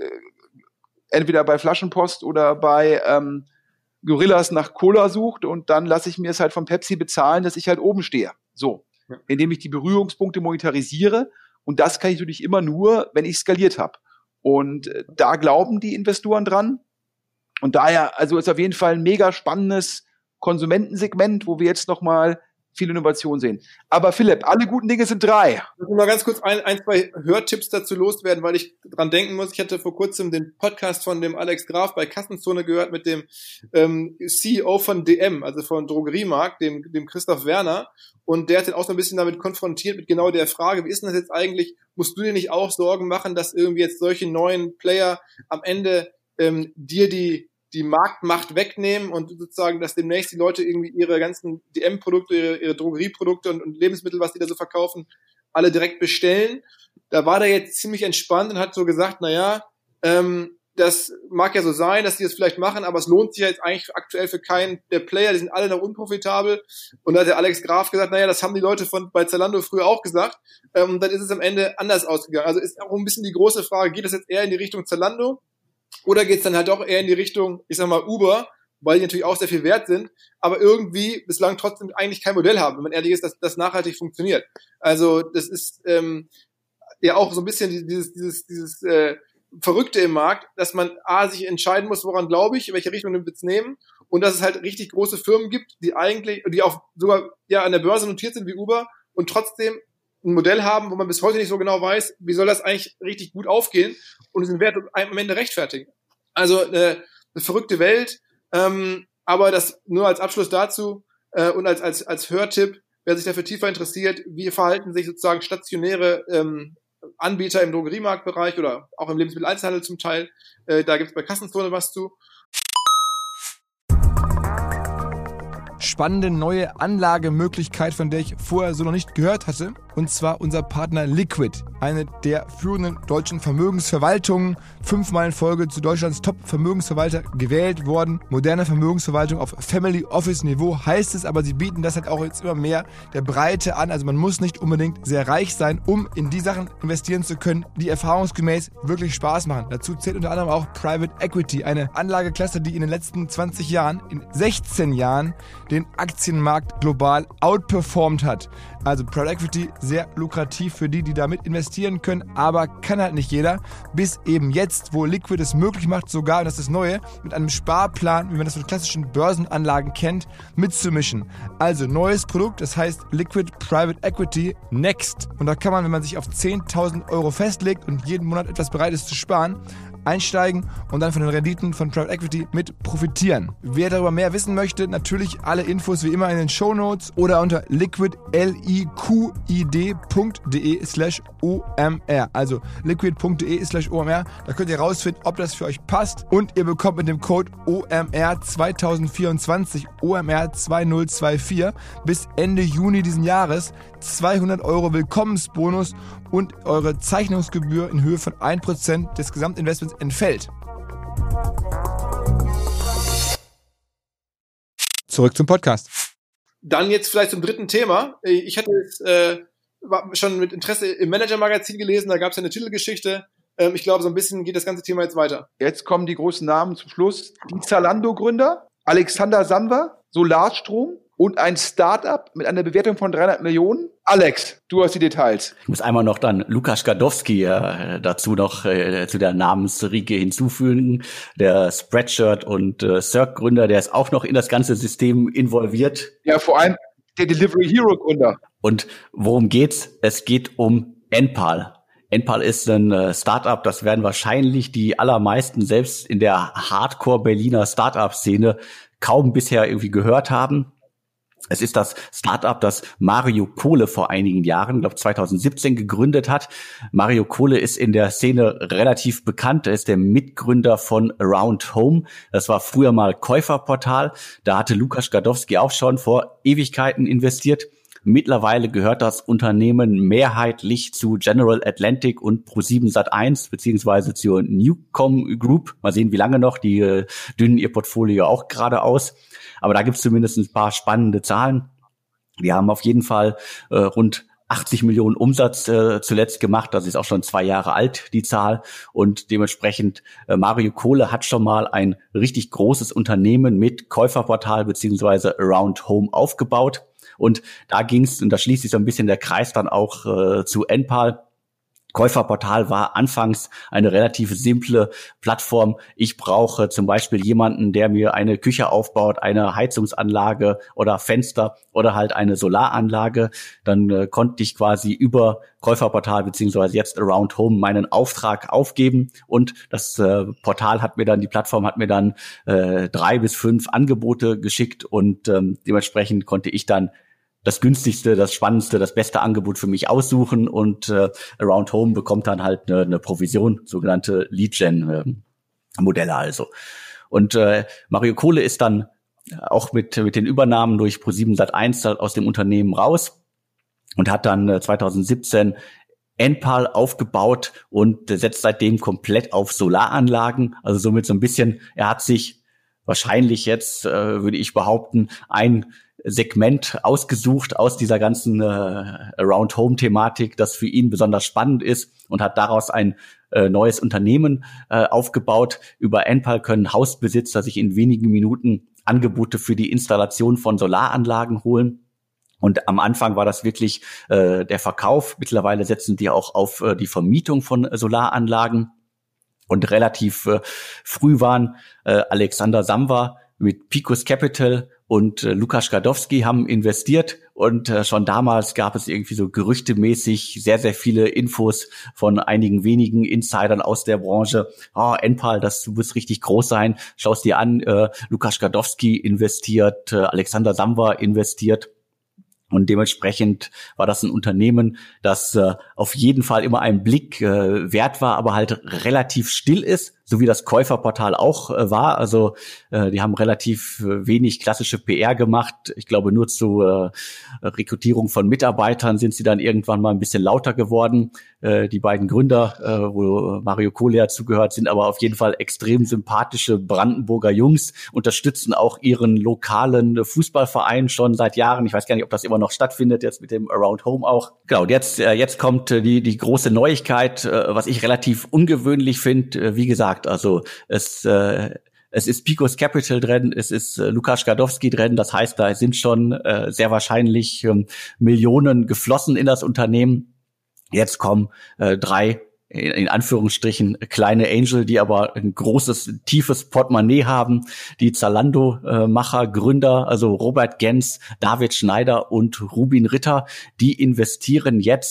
entweder bei Flaschenpost oder bei ähm, Gorillas nach Cola sucht und dann lasse ich mir es halt von Pepsi bezahlen, dass ich halt oben stehe. So, ja. Indem ich die Berührungspunkte monetarisiere und das kann ich natürlich immer nur, wenn ich skaliert habe. Und äh, da glauben die Investoren dran und daher, also ist auf jeden Fall ein mega spannendes Konsumentensegment, wo wir jetzt nochmal viel Innovation sehen. Aber Philipp, alle guten Dinge sind drei. Ich muss mal ganz kurz ein, ein, zwei Hörtipps dazu loswerden, weil ich dran denken muss. Ich hatte vor kurzem den Podcast von dem Alex Graf bei Kassenzone gehört mit dem ähm, C E O von D M, also von Drogeriemarkt, dem, dem Christoph Werner. Und der hat den auch so ein bisschen damit konfrontiert mit genau der Frage, wie ist denn das jetzt eigentlich? Musst du dir nicht auch Sorgen machen, dass irgendwie jetzt solche neuen Player am Ende ähm, dir die die Marktmacht wegnehmen und sozusagen, dass demnächst die Leute irgendwie ihre ganzen D M-Produkte, ihre, ihre Drogerieprodukte und, und Lebensmittel, was die da so verkaufen, alle direkt bestellen. Da war der jetzt ziemlich entspannt und hat so gesagt, na ja, ähm, das mag ja so sein, dass die das vielleicht machen, aber es lohnt sich ja jetzt eigentlich aktuell für keinen der Player, die sind alle noch unprofitabel. Und da hat der Alex Graf gesagt, naja, das haben die Leute von bei Zalando früher auch gesagt. Ähm, und dann ist es am Ende anders ausgegangen. Also ist auch ein bisschen die große Frage, geht das jetzt eher in die Richtung Zalando? Oder geht's dann halt doch eher in die Richtung, ich sag mal, Uber, weil die natürlich auch sehr viel wert sind, aber irgendwie bislang trotzdem eigentlich kein Modell haben, wenn man ehrlich ist, dass das nachhaltig funktioniert. Also das ist ähm, ja auch so ein bisschen dieses dieses dieses äh, Verrückte im Markt, dass man A, sich entscheiden muss, woran glaube ich, in welche Richtung wir jetzt nehmen, und dass es halt richtig große Firmen gibt, die eigentlich, die auch sogar ja an der Börse notiert sind wie Uber und trotzdem ein Modell haben, wo man bis heute nicht so genau weiß, wie soll das eigentlich richtig gut aufgehen und diesen Wert am Ende rechtfertigen. Also eine, eine verrückte Welt, ähm, aber das nur als Abschluss dazu äh, und als als als Hörtipp, wer sich dafür tiefer interessiert, wie verhalten sich sozusagen stationäre ähm, Anbieter im Drogeriemarktbereich oder auch im Lebensmitteleinzelhandel zum Teil, äh, da gibt es bei Kassenzone was zu. Spannende neue Anlagemöglichkeit, von der ich vorher so noch nicht gehört hatte. Und zwar unser Partner Liquid, eine der führenden deutschen Vermögensverwaltungen. Fünfmal in Folge zu Deutschlands Top-Vermögensverwalter gewählt worden. Moderne Vermögensverwaltung auf Family-Office-Niveau heißt es, aber sie bieten das halt auch jetzt immer mehr der Breite an. Also man muss nicht unbedingt sehr reich sein, um in die Sachen investieren zu können, die erfahrungsgemäß wirklich Spaß machen. Dazu zählt unter anderem auch Private Equity, eine Anlageklasse, die in den letzten zwanzig Jahren, in sechzehn Jahren, den Aktienmarkt global outperformt hat. Also Private Equity sehr lukrativ für die, die damit investieren können, aber kann halt nicht jeder. Bis eben jetzt, wo Liquid es möglich macht, sogar, und das ist das Neue, mit einem Sparplan, wie man das von klassischen Börsenanlagen kennt, mitzumischen. Also neues Produkt, das heißt Liquid Private Equity Next. Und da kann man, wenn man sich auf zehntausend Euro festlegt und jeden Monat etwas bereit ist zu sparen, einsteigen und dann von den Renditen von Private Equity mit profitieren. Wer darüber mehr wissen möchte, natürlich alle Infos wie immer in den Shownotes oder unter liquid, L I Q I D Punkt D E slash O M R. Also liquid Punkt D E slash O M R. Da könnt ihr rausfinden, ob das für euch passt. Und ihr bekommt mit dem Code O M R zwanzig vierundzwanzig, O M R zwanzig vierundzwanzig, bis Ende Juni diesen Jahres zweihundert Euro Willkommensbonus und eure Zeichnungsgebühr in Höhe von ein Prozent des Gesamtinvestments entfällt. Zurück zum Podcast. Dann jetzt vielleicht zum dritten Thema. Ich hatte es äh, schon mit Interesse im Manager-Magazin gelesen, da gab es ja eine Titelgeschichte. Ähm, ich glaube, so ein bisschen geht das ganze Thema jetzt weiter. Jetzt kommen die großen Namen zum Schluss. Die Zalando-Gründer, Alexander Sanver, Solarstrom und ein Startup mit einer Bewertung von dreihundert Millionen. Alex, du hast die Details. Ich muss einmal noch dann Lukas Gadowski äh, dazu noch äh, zu der Namensriege hinzufügen. Der Spreadshirt und äh, Cirque-Gründer, der ist auch noch in das ganze System involviert. Ja, vor allem der Delivery Hero-Gründer. Und worum geht's? Es geht um Enpal. Enpal ist ein äh, Startup, das werden wahrscheinlich die allermeisten selbst in der Hardcore-Berliner Startup-Szene kaum bisher irgendwie gehört haben. Es ist das Startup, das Mario Kohle vor einigen Jahren, ich glaube zwanzig siebzehn, gegründet hat. Mario Kohle ist in der Szene relativ bekannt. Er ist der Mitgründer von Around Home. Das war früher mal Käuferportal. Da hatte Lukas Gadowski auch schon vor Ewigkeiten investiert. Mittlerweile gehört das Unternehmen mehrheitlich zu General Atlantic und ProSieben Sat eins beziehungsweise zur Newcom Group. Mal sehen, wie lange noch. Die äh, dünnen ihr Portfolio auch gerade aus. Aber da gibt es zumindest ein paar spannende Zahlen. Wir haben auf jeden Fall äh, rund achtzig Millionen Umsatz äh, zuletzt gemacht. Das ist auch schon zwei Jahre alt, die Zahl. Und dementsprechend, äh, Mario Kohle hat schon mal ein richtig großes Unternehmen mit Käuferportal beziehungsweise Around Home aufgebaut. Und da ging es, und da schließt sich so ein bisschen der Kreis dann auch äh, zu Enpal. Käuferportal war anfangs eine relativ simple Plattform. Ich brauche zum Beispiel jemanden, der mir eine Küche aufbaut, eine Heizungsanlage oder Fenster oder halt eine Solaranlage. Dann äh, konnte ich quasi über Käuferportal beziehungsweise jetzt Around Home meinen Auftrag aufgeben und das äh, Portal hat mir dann, die Plattform hat mir dann äh, drei bis fünf Angebote geschickt und ähm, dementsprechend konnte ich dann das günstigste, das spannendste, das beste Angebot für mich aussuchen und äh, Around Home bekommt dann halt eine, eine Provision, sogenannte Lead-Gen-Modelle also. Und äh, Mario Kohle ist dann auch mit mit den Übernahmen durch ProSieben Sat eins aus dem Unternehmen raus und hat dann äh, zwanzig siebzehn Enpal aufgebaut und äh, setzt seitdem komplett auf Solaranlagen. Also somit so ein bisschen, er hat sich wahrscheinlich jetzt, äh, würde ich behaupten, ein Segment ausgesucht aus dieser ganzen äh, Around-Home-Thematik, das für ihn besonders spannend ist und hat daraus ein äh, neues Unternehmen äh, aufgebaut. Über Enpal können Hausbesitzer sich in wenigen Minuten Angebote für die Installation von Solaranlagen holen. Und am Anfang war das wirklich äh, der Verkauf. Mittlerweile setzen die auch auf äh, die Vermietung von äh, Solaranlagen. Und relativ äh, früh waren äh, Alexander Sanver mit Picos Capital und äh, Lukas Gadowski haben investiert und äh, schon damals gab es irgendwie so gerüchtemäßig sehr, sehr viele Infos von einigen wenigen Insidern aus der Branche. Oh, Enpal, das muss richtig groß sein. Schau es dir an, äh, Lukas Gadowski investiert, äh, Alexander Sanver investiert. Und dementsprechend war das ein Unternehmen, das äh, auf jeden Fall immer einen Blick äh, wert war, aber halt relativ still ist, so wie das Käuferportal auch äh, war. Also äh, die haben relativ äh, wenig klassische P R gemacht. Ich glaube, nur zur äh, Rekrutierung von Mitarbeitern sind sie dann irgendwann mal ein bisschen lauter geworden. Äh, die beiden Gründer, äh, wo Mario Kohle ja zugehört, sind aber auf jeden Fall extrem sympathische Brandenburger Jungs, unterstützen auch ihren lokalen Fußballverein schon seit Jahren. Ich weiß gar nicht, ob das immer noch stattfindet, jetzt mit dem Around Home auch. Genau, und jetzt, äh, jetzt kommt äh, die, die große Neuigkeit, äh, was ich relativ ungewöhnlich finde. Äh, wie gesagt, also es, äh, es ist Picos Capital drin, es ist äh, Lukas Gadowski drin. Das heißt, da sind schon äh, sehr wahrscheinlich ähm, Millionen geflossen in das Unternehmen. Jetzt kommen äh, drei in Anführungsstrichen kleine Angel, die aber ein großes, tiefes Portemonnaie haben, die Zalando-Macher, Gründer, also Robert Gens, David Schneider und Rubin Ritter, die investieren jetzt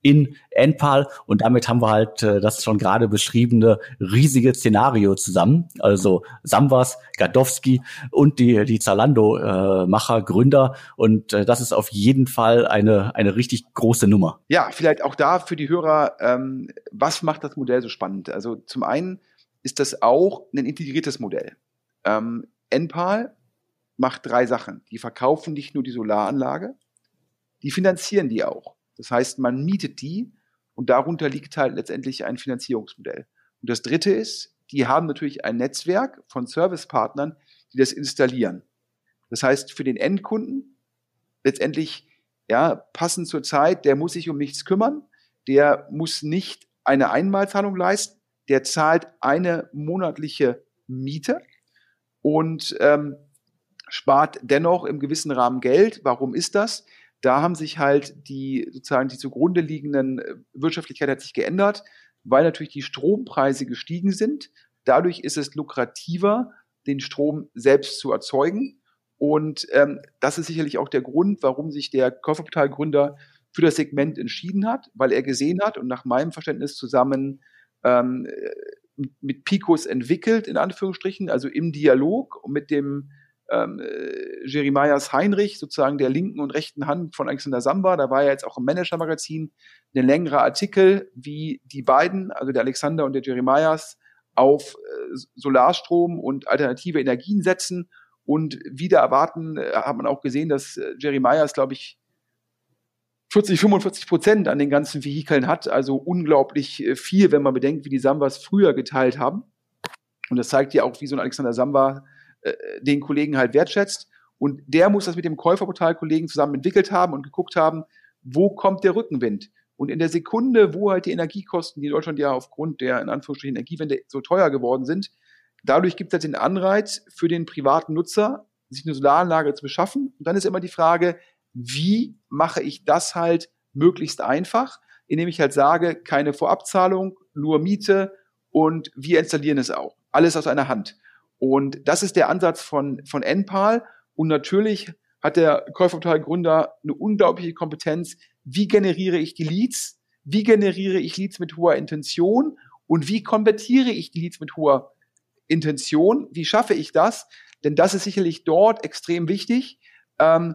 in Enpal. Und damit haben wir halt äh, das schon gerade beschriebene riesige Szenario zusammen. Also Sambas, Gadowski und die, die Zalando-Macher, äh, Gründer. Und äh, das ist auf jeden Fall eine, eine richtig große Nummer. Ja, vielleicht auch da für die Hörer, ähm, was macht das Modell so spannend? Also zum einen ist das auch ein integriertes Modell. Ähm, Enpal macht drei Sachen. Die verkaufen nicht nur die Solaranlage, die finanzieren die auch. Das heißt, man mietet die und darunter liegt halt letztendlich ein Finanzierungsmodell. Und das dritte ist, die haben natürlich ein Netzwerk von Servicepartnern, die das installieren. Das heißt, für den Endkunden letztendlich, ja, passend zur Zeit, der muss sich um nichts kümmern, der muss nicht eine Einmalzahlung leisten, der zahlt eine monatliche Miete und ähm, spart dennoch im gewissen Rahmen Geld. Warum ist das? Da haben sich halt die sozusagen die zugrunde liegenden Wirtschaftlichkeit hat sich geändert, weil natürlich die Strompreise gestiegen sind. Dadurch ist es lukrativer, den Strom selbst zu erzeugen. Und ähm, das ist sicherlich auch der Grund, warum sich der Käuferportalgründer für das Segment entschieden hat, weil er gesehen hat und nach meinem Verständnis zusammen ähm, mit Picos entwickelt, in Anführungsstrichen, also im Dialog mit dem ähm, Jeremias Heinrich, sozusagen der linken und rechten Hand von Alexander Samba. Da war ja jetzt auch im Manager-Magazin ein längerer Artikel, wie die beiden, also der Alexander und der Jeremias, auf äh, Solarstrom und alternative Energien setzen. Und wieder erwarten, äh, hat man auch gesehen, dass äh, Jeremias, glaube ich, vierzig, fünfundvierzig Prozent an den ganzen Vehikeln hat. Also unglaublich äh, viel, wenn man bedenkt, wie die Sambas früher geteilt haben. Und das zeigt ja auch, wie so ein Alexander Samba äh, den Kollegen halt wertschätzt. Und der muss das mit dem Käuferportal-Kollegen zusammen entwickelt haben und geguckt haben, wo kommt der Rückenwind? Und in der Sekunde, wo halt die Energiekosten, die in Deutschland ja aufgrund der, in Anführungsstrichen, Energiewende so teuer geworden sind, dadurch gibt es halt den Anreiz für den privaten Nutzer, sich eine Solaranlage zu beschaffen. Und dann ist immer die Frage, wie mache ich das halt möglichst einfach, indem ich halt sage, keine Vorabzahlung, nur Miete und wir installieren es auch. Alles aus einer Hand. Und das ist der Ansatz von, von Enpal. Und natürlich hat der Käuferportal-Gründer eine unglaubliche Kompetenz. Wie generiere ich die Leads? Wie generiere ich Leads mit hoher Intention? Und wie konvertiere ich die Leads mit hoher Intention? Wie schaffe ich das? Denn das ist sicherlich dort extrem wichtig, ähm,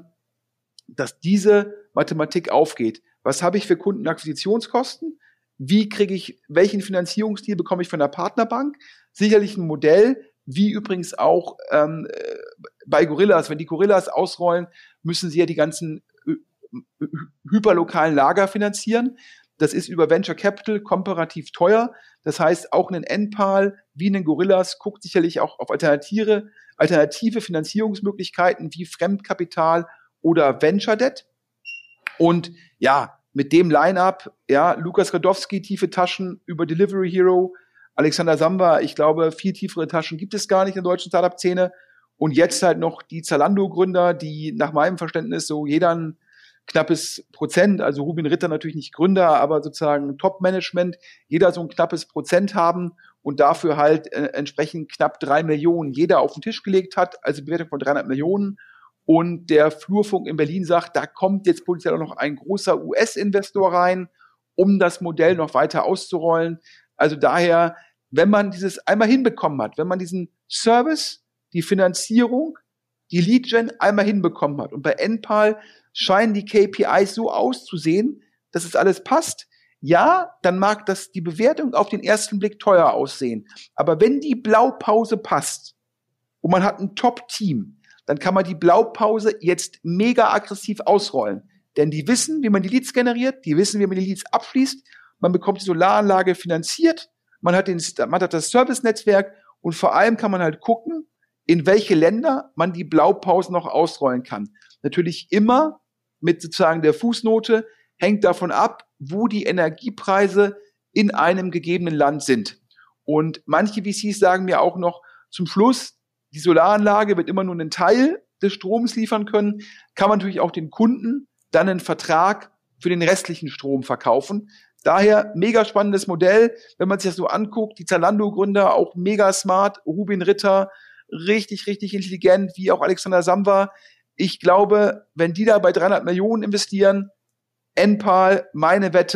dass diese Mathematik aufgeht. Was habe ich für Kundenakquisitionskosten? Wie kriege ich, welchen Finanzierungsstil bekomme ich von der Partnerbank? Sicherlich ein Modell, wie übrigens auch ähm, bei Gorillas. Wenn die Gorillas ausrollen, müssen sie ja die ganzen äh, hyperlokalen Lager finanzieren. Das ist über Venture Capital komparativ teuer. Das heißt, auch ein Enpal wie ein Gorillas guckt sicherlich auch auf alternative, alternative Finanzierungsmöglichkeiten wie Fremdkapital oder Venture Debt. Und ja, mit dem Line-up, ja, Lukas Gadowski, tiefe Taschen über Delivery Hero, Alexander Samba, ich glaube, viel tiefere Taschen gibt es gar nicht in der deutschen Startup-Szene. Und jetzt halt noch die Zalando-Gründer, die nach meinem Verständnis so jeder ein knappes Prozent, also Rubin Ritter natürlich nicht Gründer, aber sozusagen Top-Management, jeder so ein knappes Prozent haben und dafür halt äh, entsprechend knapp drei Millionen jeder auf den Tisch gelegt hat, also Bewertung von dreihundert Millionen. Und der Flurfunk in Berlin sagt, da kommt jetzt potenziell auch noch ein großer U S-Investor rein, um das Modell noch weiter auszurollen. Also daher, wenn man dieses einmal hinbekommen hat, wenn man diesen Service, die Finanzierung, die Lead-Gen einmal hinbekommen hat und bei Enpal scheinen die K P Is so auszusehen, dass es alles passt, ja, dann mag das die Bewertung auf den ersten Blick teuer aussehen. Aber wenn die Blaupause passt und man hat ein Top-Team, dann kann man die Blaupause jetzt mega aggressiv ausrollen. Denn die wissen, wie man die Leads generiert, die wissen, wie man die Leads abschließt, man bekommt die Solaranlage finanziert, man hat, den, man hat das Service-Netzwerk und vor allem kann man halt gucken, in welche Länder man die Blaupause noch ausrollen kann. Natürlich immer mit sozusagen der Fußnote, hängt davon ab, wo die Energiepreise in einem gegebenen Land sind. Und manche V Cs sagen mir auch noch zum Schluss, die Solaranlage wird immer nur einen Teil des Stroms liefern können, kann man natürlich auch den Kunden dann einen Vertrag für den restlichen Strom verkaufen. Daher mega spannendes Modell, wenn man sich das so anguckt, die Zalando-Gründer auch mega smart, Rubin Ritter, richtig, richtig intelligent, wie auch Alexander Samba. Ich glaube, wenn die da bei dreihundert Millionen investieren, Enpal, meine Wette,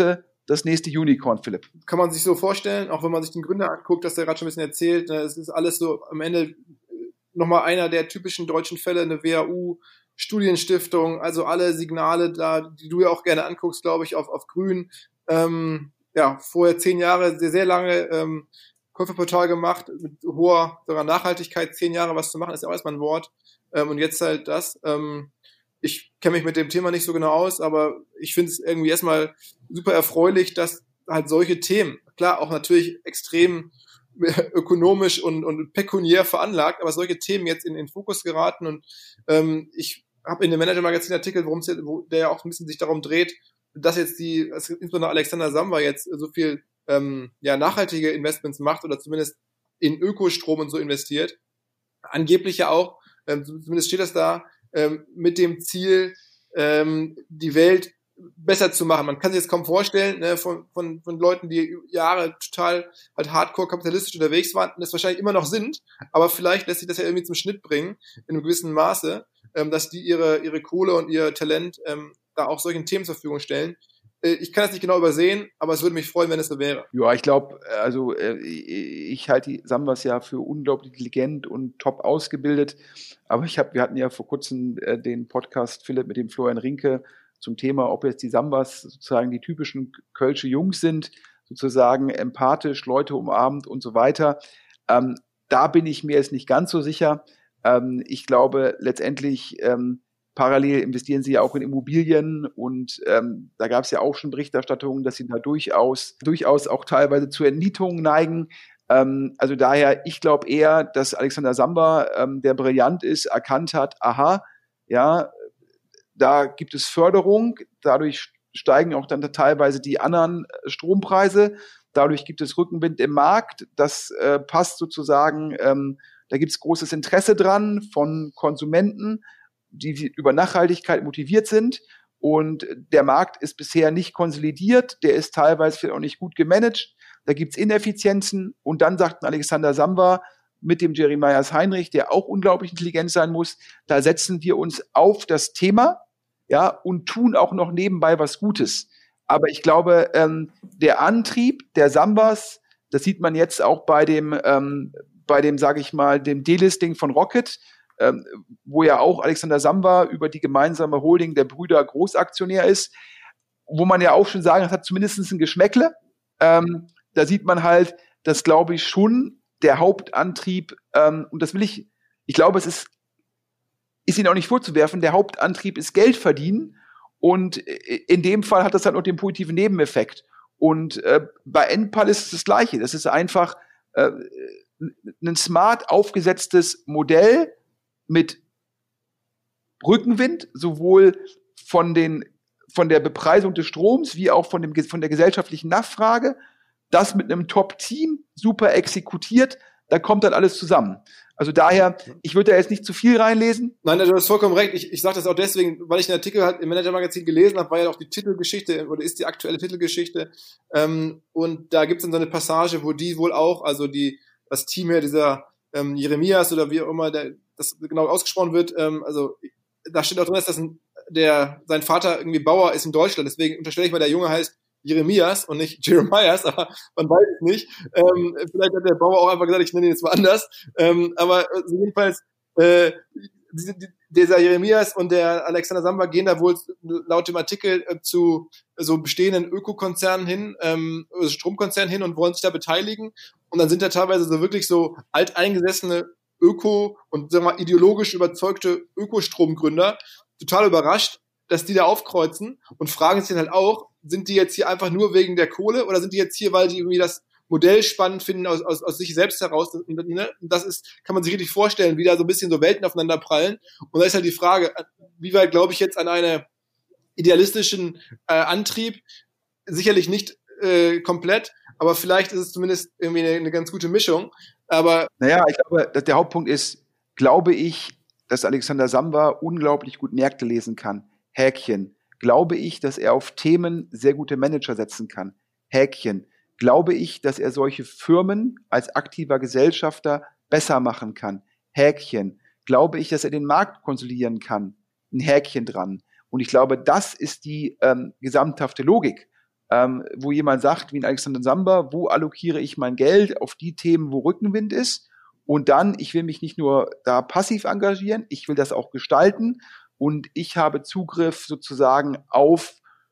das nächste Unicorn, Philipp. Kann man sich so vorstellen, auch wenn man sich den Gründer anguckt, dass der gerade schon ein bisschen erzählt, es ist alles so am Ende nochmal einer der typischen deutschen Fälle, eine W H U, Studienstiftung, also alle Signale da, die du ja auch gerne anguckst, glaube ich, auf, auf grün. Ähm, ja, vorher zehn Jahre, sehr, sehr lange ähm, Käuferportal gemacht, mit hoher sogar Nachhaltigkeit, zehn Jahre was zu machen, ist ja auch erstmal ein Wort. Ähm, und jetzt halt das. Ähm, ich kenne mich mit dem Thema nicht so genau aus, aber ich finde es irgendwie erstmal super erfreulich, dass halt solche Themen, klar auch natürlich extrem ökonomisch und, und pekuniär veranlagt, aber solche Themen jetzt in den Fokus geraten. Und ähm, ich habe in dem Manager-Magazin-Artikel, worum es jetzt, wo der ja auch ein bisschen sich darum dreht, dass jetzt die, dass insbesondere Alexander Samba jetzt so viel ähm, ja nachhaltige Investments macht oder zumindest in Ökostrom und so investiert. Angeblich ja auch, ähm, zumindest steht das da, ähm, mit dem Ziel, ähm, die Welt besser zu machen. Man kann sich das kaum vorstellen, ne, von, von, von Leuten, die Jahre total halt hardcore kapitalistisch unterwegs waren und das wahrscheinlich immer noch sind, aber vielleicht lässt sich das ja irgendwie zum Schnitt bringen, in einem gewissen Maße, ähm, dass die ihre, ihre Kohle und ihr Talent ähm, da auch solchen Themen zur Verfügung stellen. Äh, ich kann das nicht genau übersehen, aber es würde mich freuen, wenn es so wäre. Ja, ich glaube, also äh, ich halte die Sambas ja für unglaublich intelligent und top ausgebildet, aber ich habe, wir hatten ja vor kurzem äh, den Podcast, Philipp, mit dem Florian Rinke zum Thema, ob jetzt die Sambas sozusagen die typischen Kölsche Jungs sind, sozusagen empathisch, Leute umarmend und so weiter. Ähm, da bin ich mir jetzt nicht ganz so sicher. Ähm, ich glaube, letztendlich ähm, parallel investieren sie ja auch in Immobilien und ähm, da gab es ja auch schon Berichterstattungen, dass sie da durchaus, durchaus auch teilweise zu Entmietungen neigen. Ähm, also daher, ich glaube eher, dass Alexander Samba, ähm, der brillant ist, erkannt hat, aha, ja, da gibt es Förderung, dadurch steigen auch dann teilweise die anderen Strompreise, dadurch gibt es Rückenwind im Markt, das äh, passt sozusagen, ähm, da gibt es großes Interesse dran von Konsumenten, die über Nachhaltigkeit motiviert sind und der Markt ist bisher nicht konsolidiert, der ist teilweise vielleicht auch nicht gut gemanagt, da gibt es Ineffizienzen und dann sagt Alexander Samba mit dem Jeremias Heinrich, der auch unglaublich intelligent sein muss, da setzen wir uns auf das Thema, ja, und tun auch noch nebenbei was Gutes. Aber ich glaube, ähm, der Antrieb der Sambas, das sieht man jetzt auch bei dem, ähm, bei dem, sage ich mal, dem Delisting von Rocket, ähm, wo ja auch Alexander Samba über die gemeinsame Holding der Brüder Großaktionär ist, wo man ja auch schon sagen, das hat zumindest ein Geschmäckle. Ähm, da sieht man halt, dass, glaube ich, schon der Hauptantrieb, ähm, und das will ich, ich glaube, es ist ist ihnen auch nicht vorzuwerfen, der Hauptantrieb ist Geld verdienen und in dem Fall hat das halt noch den positiven Nebeneffekt. Und äh, bei Enpal ist es das Gleiche. Das ist einfach äh, ein smart aufgesetztes Modell mit Rückenwind, sowohl von den von der Bepreisung des Stroms wie auch von dem von der gesellschaftlichen Nachfrage. Das mit einem Top-Team, super exekutiert, da kommt dann alles zusammen. Also daher, ich würde da jetzt nicht zu viel reinlesen. Nein, du hast vollkommen recht. Ich, ich sage das auch deswegen, weil ich den Artikel halt im Manager-Magazin gelesen habe, war ja auch die Titelgeschichte oder ist die aktuelle Titelgeschichte. Ähm, und da gibt es dann so eine Passage, wo die wohl auch, also die das Team hier, dieser ähm, Jeremias oder wie auch immer der, das genau ausgesprochen wird, ähm, also da steht auch drin, dass das ein, der sein Vater irgendwie Bauer ist in Deutschland. Deswegen unterstelle ich mal, der Junge heißt Jeremias und nicht Jeremias, aber man weiß es nicht. Ähm, vielleicht hat der Bauer auch einfach gesagt, ich nenne ihn jetzt mal anders. Ähm, aber also jedenfalls, äh, die, die, dieser Jeremias und der Alexander Samba gehen da wohl laut dem Artikel äh, zu so bestehenden Ökokonzernen hin, ähm, Stromkonzernen hin und wollen sich da beteiligen. Und dann sind da teilweise so wirklich so alteingesessene Öko- und sagen wir mal, ideologisch überzeugte Ökostromgründer total überrascht, dass die da aufkreuzen und fragen sich dann halt auch, sind die jetzt hier einfach nur wegen der Kohle oder sind die jetzt hier, weil die irgendwie das Modell spannend finden aus, aus, aus sich selbst heraus? Und, ne, das ist, kann man sich richtig vorstellen, wie da so ein bisschen so Welten aufeinander prallen. Und da ist halt die Frage, wie weit glaube ich jetzt an einen idealistischen äh, Antrieb? Sicherlich nicht äh, komplett, aber vielleicht ist es zumindest irgendwie eine, eine ganz gute Mischung. Aber naja, ich glaube, dass der Hauptpunkt ist, glaube ich, dass Alexander Samba unglaublich gut Märkte lesen kann. Häkchen. Glaube ich, dass er auf Themen sehr gute Manager setzen kann. Häkchen. Glaube ich, dass er solche Firmen als aktiver Gesellschafter besser machen kann. Häkchen. Glaube ich, dass er den Markt konsolidieren kann. Ein Häkchen dran. Und ich glaube, das ist die ähm, gesamthafte Logik. ähm, wo jemand sagt, wie ein Alexander Samba, wo allokiere ich mein Geld auf die Themen, wo Rückenwind ist. Und dann, ich will mich nicht nur da passiv engagieren, ich will das auch gestalten. Und ich habe Zugriff sozusagen auf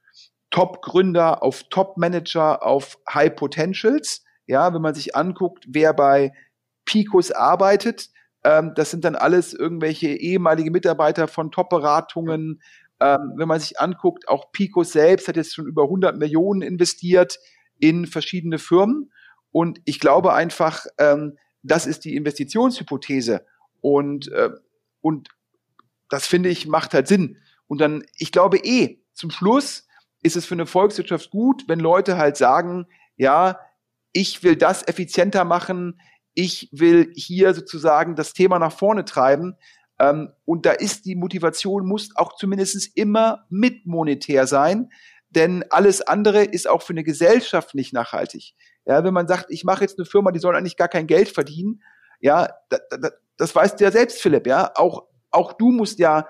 Top-Gründer, auf Top-Manager, auf High Potentials. Ja, wenn man sich anguckt, wer bei Picos arbeitet, ähm, das sind dann alles irgendwelche ehemalige Mitarbeiter von Top-Beratungen. Ähm, wenn man sich anguckt, auch Picos selbst hat jetzt schon über hundert Millionen investiert in verschiedene Firmen. Und ich glaube einfach, ähm, das ist die Investitionshypothese. Und, äh, und das, finde ich, macht halt Sinn. Und dann, ich glaube eh, zum Schluss ist es für eine Volkswirtschaft gut, wenn Leute halt sagen, ja, ich will das effizienter machen, ich will hier sozusagen das Thema nach vorne treiben. Ähm, und da ist die Motivation, muss auch zumindest immer mit monetär sein, denn alles andere ist auch für eine Gesellschaft nicht nachhaltig. Ja, wenn man sagt, ich mache jetzt eine Firma, die soll eigentlich gar kein Geld verdienen, ja, da, da, das weißt du ja selbst, Philipp, ja, auch, auch du musst ja,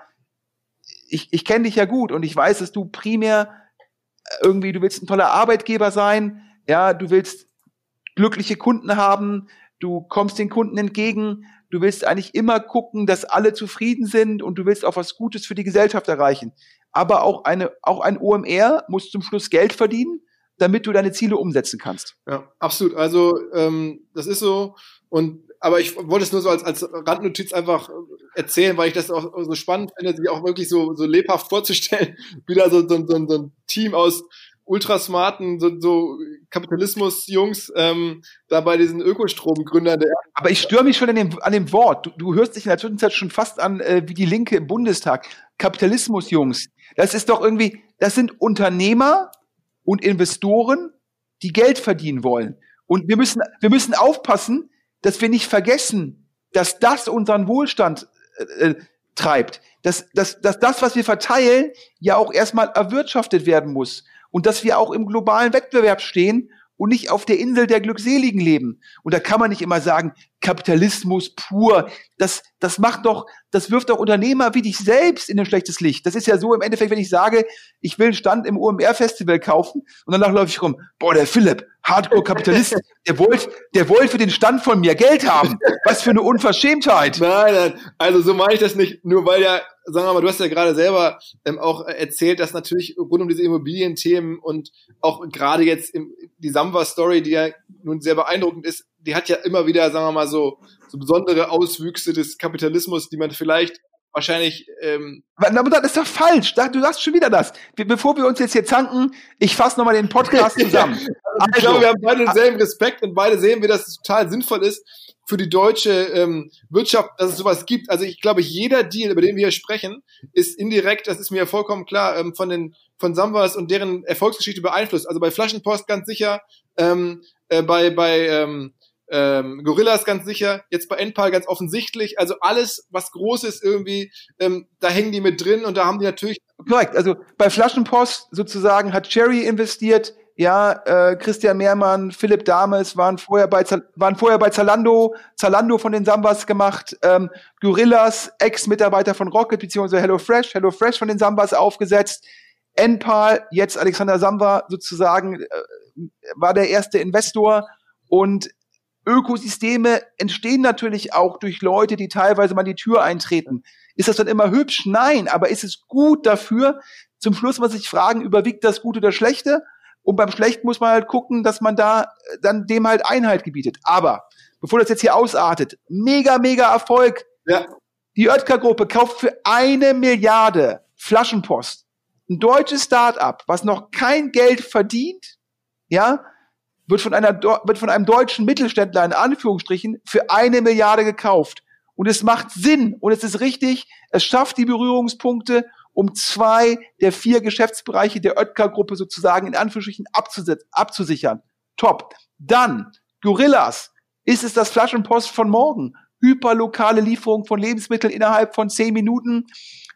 ich, ich kenne dich ja gut und ich weiß, dass du primär irgendwie, du willst ein toller Arbeitgeber sein, ja, du willst glückliche Kunden haben, du kommst den Kunden entgegen, du willst eigentlich immer gucken, dass alle zufrieden sind und du willst auch was Gutes für die Gesellschaft erreichen. Aber auch eine, auch ein O M R muss zum Schluss Geld verdienen, damit du deine Ziele umsetzen kannst. Ja, absolut. Also ähm, das ist so. Und aber ich wollte es nur so als als Randnotiz einfach erzählen, weil ich das auch so spannend finde, sich auch wirklich so so lebhaft vorzustellen, wieder so so, so, so ein Team aus ultrasmarten, so, so Kapitalismus-Jungs, ähm, da bei diesen Ökostromgründern. Der Aber ich störe mich schon an dem, an dem Wort. Du, du hörst dich in der Zwischenzeit schon fast an äh, wie die Linke im Bundestag. Kapitalismus-Jungs. Das ist doch irgendwie, das sind Unternehmer und Investoren, die Geld verdienen wollen. Und wir müssen, wir müssen aufpassen, dass wir nicht vergessen, dass das unseren Wohlstand äh, treibt. Dass, dass, dass das, was wir verteilen, ja auch erstmal erwirtschaftet werden muss. Und dass wir auch im globalen Wettbewerb stehen und nicht auf der Insel der Glückseligen leben. Und da kann man nicht immer sagen, Kapitalismus pur. Das, das macht doch, das wirft doch Unternehmer wie dich selbst in ein schlechtes Licht. Das ist ja so im Endeffekt, wenn ich sage, ich will einen Stand im O M R-Festival kaufen und danach läufe ich rum, boah, der Philipp, Hardcore-Kapitalist, der wollte, der wollte für den Stand von mir Geld haben. Was für eine Unverschämtheit. Nein, nein, also so meine ich das nicht, nur weil ja, sagen wir mal, du hast ja gerade selber ähm, auch erzählt, dass natürlich rund um diese Immobilienthemen und auch gerade jetzt im, die Samba-Story, die ja nun sehr beeindruckend ist, die hat ja immer wieder, sagen wir mal, so, so besondere Auswüchse des Kapitalismus, die man vielleicht wahrscheinlich... Ähm Aber das ist doch falsch. Du sagst schon wieder das. Bevor wir uns jetzt hier zanken, ich fasse nochmal den Podcast zusammen. Also, ich glaube, wir haben beide denselben Respekt und beide sehen wir, dass es total sinnvoll ist für die deutsche ähm, Wirtschaft, dass es sowas gibt. Also ich glaube, jeder Deal, über den wir hier sprechen, ist indirekt, das ist mir vollkommen klar, ähm, von den von Sambas und deren Erfolgsgeschichte beeinflusst. Also bei Flaschenpost ganz sicher, ähm, äh, bei bei ähm, ähm, Gorillas ganz sicher, jetzt bei Enpal ganz offensichtlich. Also alles, was groß ist irgendwie, ähm, da hängen die mit drin und da haben die natürlich... Korrekt, also bei Flaschenpost sozusagen hat Cherry investiert, ja, äh, Christian Mehrmann, Philipp Dames waren vorher bei waren vorher bei Zalando, Zalando von den Sambas gemacht, ähm, Gorillas, Ex-Mitarbeiter von Rocket beziehungsweise HelloFresh, HelloFresh von den Sambas aufgesetzt, Enpal, jetzt Alexander Samba sozusagen, äh, war der erste Investor und Ökosysteme entstehen natürlich auch durch Leute, die teilweise mal die Tür eintreten. Ist das dann immer hübsch? Nein, aber ist es gut dafür? Zum Schluss muss man sich fragen, überwiegt das Gute oder Schlechte? Und beim Schlechten muss man halt gucken, dass man da dann dem halt Einhalt gebietet. Aber, bevor das jetzt hier ausartet, mega, mega Erfolg. Ja. Die Oetker-Gruppe kauft für eine Milliarde Flaschenpost. Ein deutsches Start-up, was noch kein Geld verdient, ja, wird von einer, wird von einem deutschen Mittelständler in Anführungsstrichen für eine Milliarde gekauft. Und es macht Sinn und es ist richtig, es schafft die Berührungspunkte, um zwei der vier Geschäftsbereiche der Oetker-Gruppe sozusagen in Anführungsstrichen abzusichern. Top. Dann, Gorillas. Ist es das Flaschenpost von morgen? Hyperlokale Lieferung von Lebensmitteln innerhalb von zehn Minuten.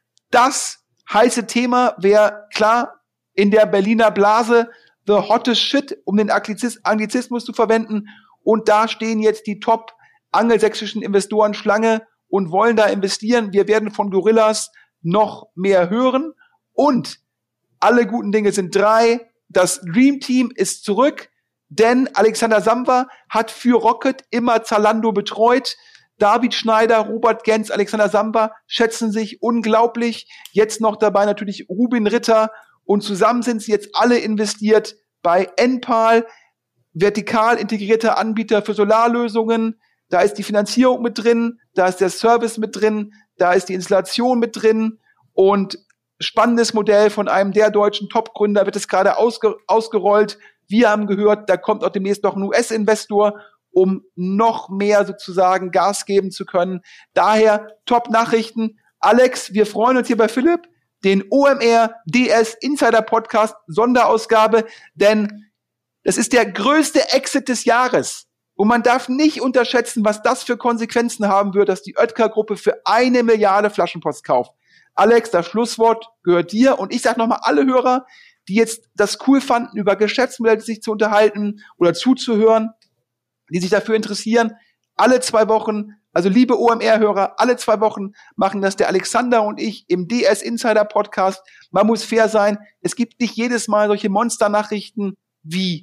Das heiße Thema wäre klar in der Berliner Blase the hottest shit, um den Anglizismus zu verwenden. Und da stehen jetzt die top angelsächsischen Investoren Schlange und wollen da investieren. Wir werden von Gorillas noch mehr hören. Und alle guten Dinge sind drei. das Dream Team ist zurück, denn Alexander Samba hat für Rocket immer Zalando betreut. David Schneider, Robert Gens, Alexander Samba schätzen sich unglaublich. Jetzt noch dabei natürlich Rubin Ritter. Und zusammen sind sie jetzt alle investiert bei Enpal, vertikal integrierter Anbieter für Solarlösungen. Da ist die Finanzierung mit drin, da ist der Service mit drin, da ist die Installation mit drin. Und spannendes Modell von einem der deutschen Top-Gründer wird es gerade ausge- ausgerollt. Wir haben gehört, da kommt auch demnächst noch ein U S-Investor, um noch mehr sozusagen Gas geben zu können. Daher Top-Nachrichten. Alex, wir freuen uns hier bei Philipp, den O M R D S Insider Podcast Sonderausgabe, denn das ist der größte Exit des Jahres. Und man darf nicht unterschätzen, was das für Konsequenzen haben wird, dass die Oetker-Gruppe für eine Milliarde Flaschenpost kauft. Alex, das Schlusswort gehört dir. Und ich sage nochmal, alle Hörer, die jetzt das cool fanden, über Geschäftsmodelle sich zu unterhalten oder zuzuhören, die sich dafür interessieren, alle zwei Wochen, also liebe O M R-Hörer, alle zwei Wochen machen das der Alexander und ich im D S Insider Podcast. Man muss fair sein. Es gibt nicht jedes Mal solche Monster-Nachrichten wie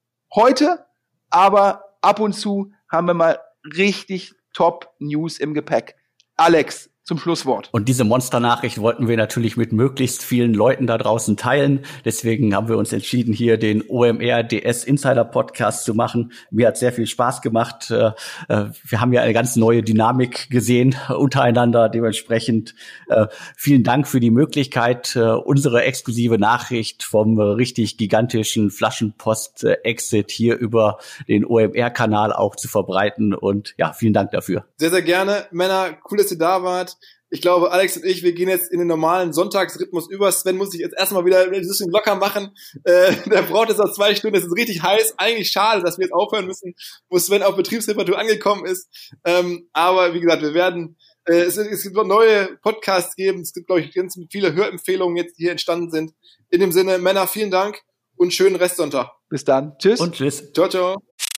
heute, aber ab und zu haben wir mal richtig Top-News im Gepäck. Alex, zum Schlusswort. Und diese Monster-Nachricht wollten wir natürlich mit möglichst vielen Leuten da draußen teilen. Deswegen haben wir uns entschieden, hier den O M R D S Insider Podcast zu machen. Mir hat sehr viel Spaß gemacht. Wir haben ja eine ganz neue Dynamik gesehen untereinander. Dementsprechend vielen Dank für die Möglichkeit, unsere exklusive Nachricht vom richtig gigantischen Flaschenpost-Exit hier über den O M R-Kanal auch zu verbreiten. Und ja, vielen Dank dafür. Sehr, sehr gerne. Männer, cool, dass ihr da wart. Ich glaube, Alex und ich, wir gehen jetzt in den normalen Sonntagsrhythmus über. Sven muss sich jetzt erstmal wieder ein bisschen locker machen. Äh, der braucht jetzt noch zwei Stunden. Es ist richtig heiß. Eigentlich schade, dass wir jetzt aufhören müssen, wo Sven auf Betriebstemperatur angekommen ist. Ähm, aber wie gesagt, wir werden, äh, es, es gibt noch neue Podcasts geben. Es gibt, glaube ich, ganz viele Hörempfehlungen jetzt, die hier entstanden sind. In dem Sinne, Männer, vielen Dank und schönen Restsonntag. Bis dann. Tschüss. Und tschüss. Ciao, ciao.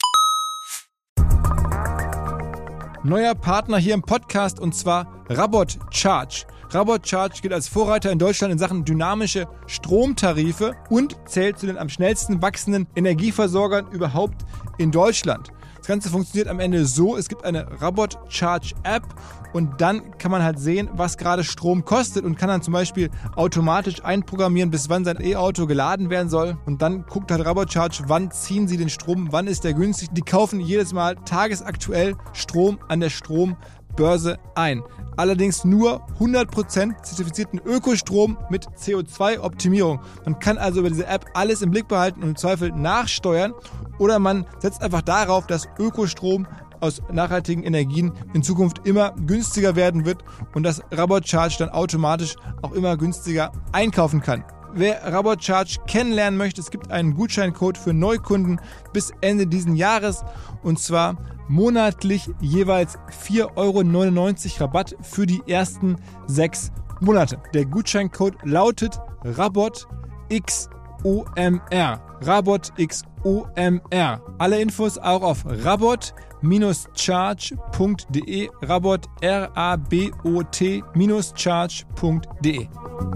Neuer Partner hier im Podcast und zwar Rabot Charge. Rabot Charge gilt als Vorreiter in Deutschland in Sachen dynamische Stromtarife und zählt zu den am schnellsten wachsenden Energieversorgern überhaupt in Deutschland. Das Ganze funktioniert am Ende so, es gibt eine Rabot Charge App und dann kann man halt sehen, was gerade Strom kostet und kann dann zum Beispiel automatisch einprogrammieren, bis wann sein E-Auto geladen werden soll. Und dann guckt halt Rabot Charge, wann ziehen sie den Strom, wann ist der günstig. Die kaufen jedes Mal tagesaktuell Strom an der Strombörse ein. Allerdings nur hundert Prozent zertifizierten Ökostrom mit C O zwei Optimierung. Man kann also über diese App alles im Blick behalten und im Zweifel nachsteuern oder man setzt einfach darauf, dass Ökostrom aus nachhaltigen Energien in Zukunft immer günstiger werden wird und dass Rabot Charge dann automatisch auch immer günstiger einkaufen kann. Wer Rabot Charge kennenlernen möchte, es gibt einen Gutscheincode für Neukunden bis Ende diesen Jahres und zwar monatlich jeweils vier Euro neunundneunzig Rabatt für die ersten sechs Monate. Der Gutscheincode lautet Rabot X O M R. Rabot X O M R. Alle Infos auch auf rabot charge punkt de. Rabot R A B O T charge punkt de.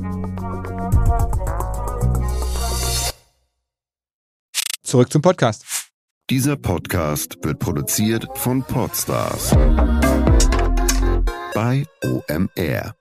Zurück zum Podcast. Dieser Podcast wird produziert von Podstars bei O M R.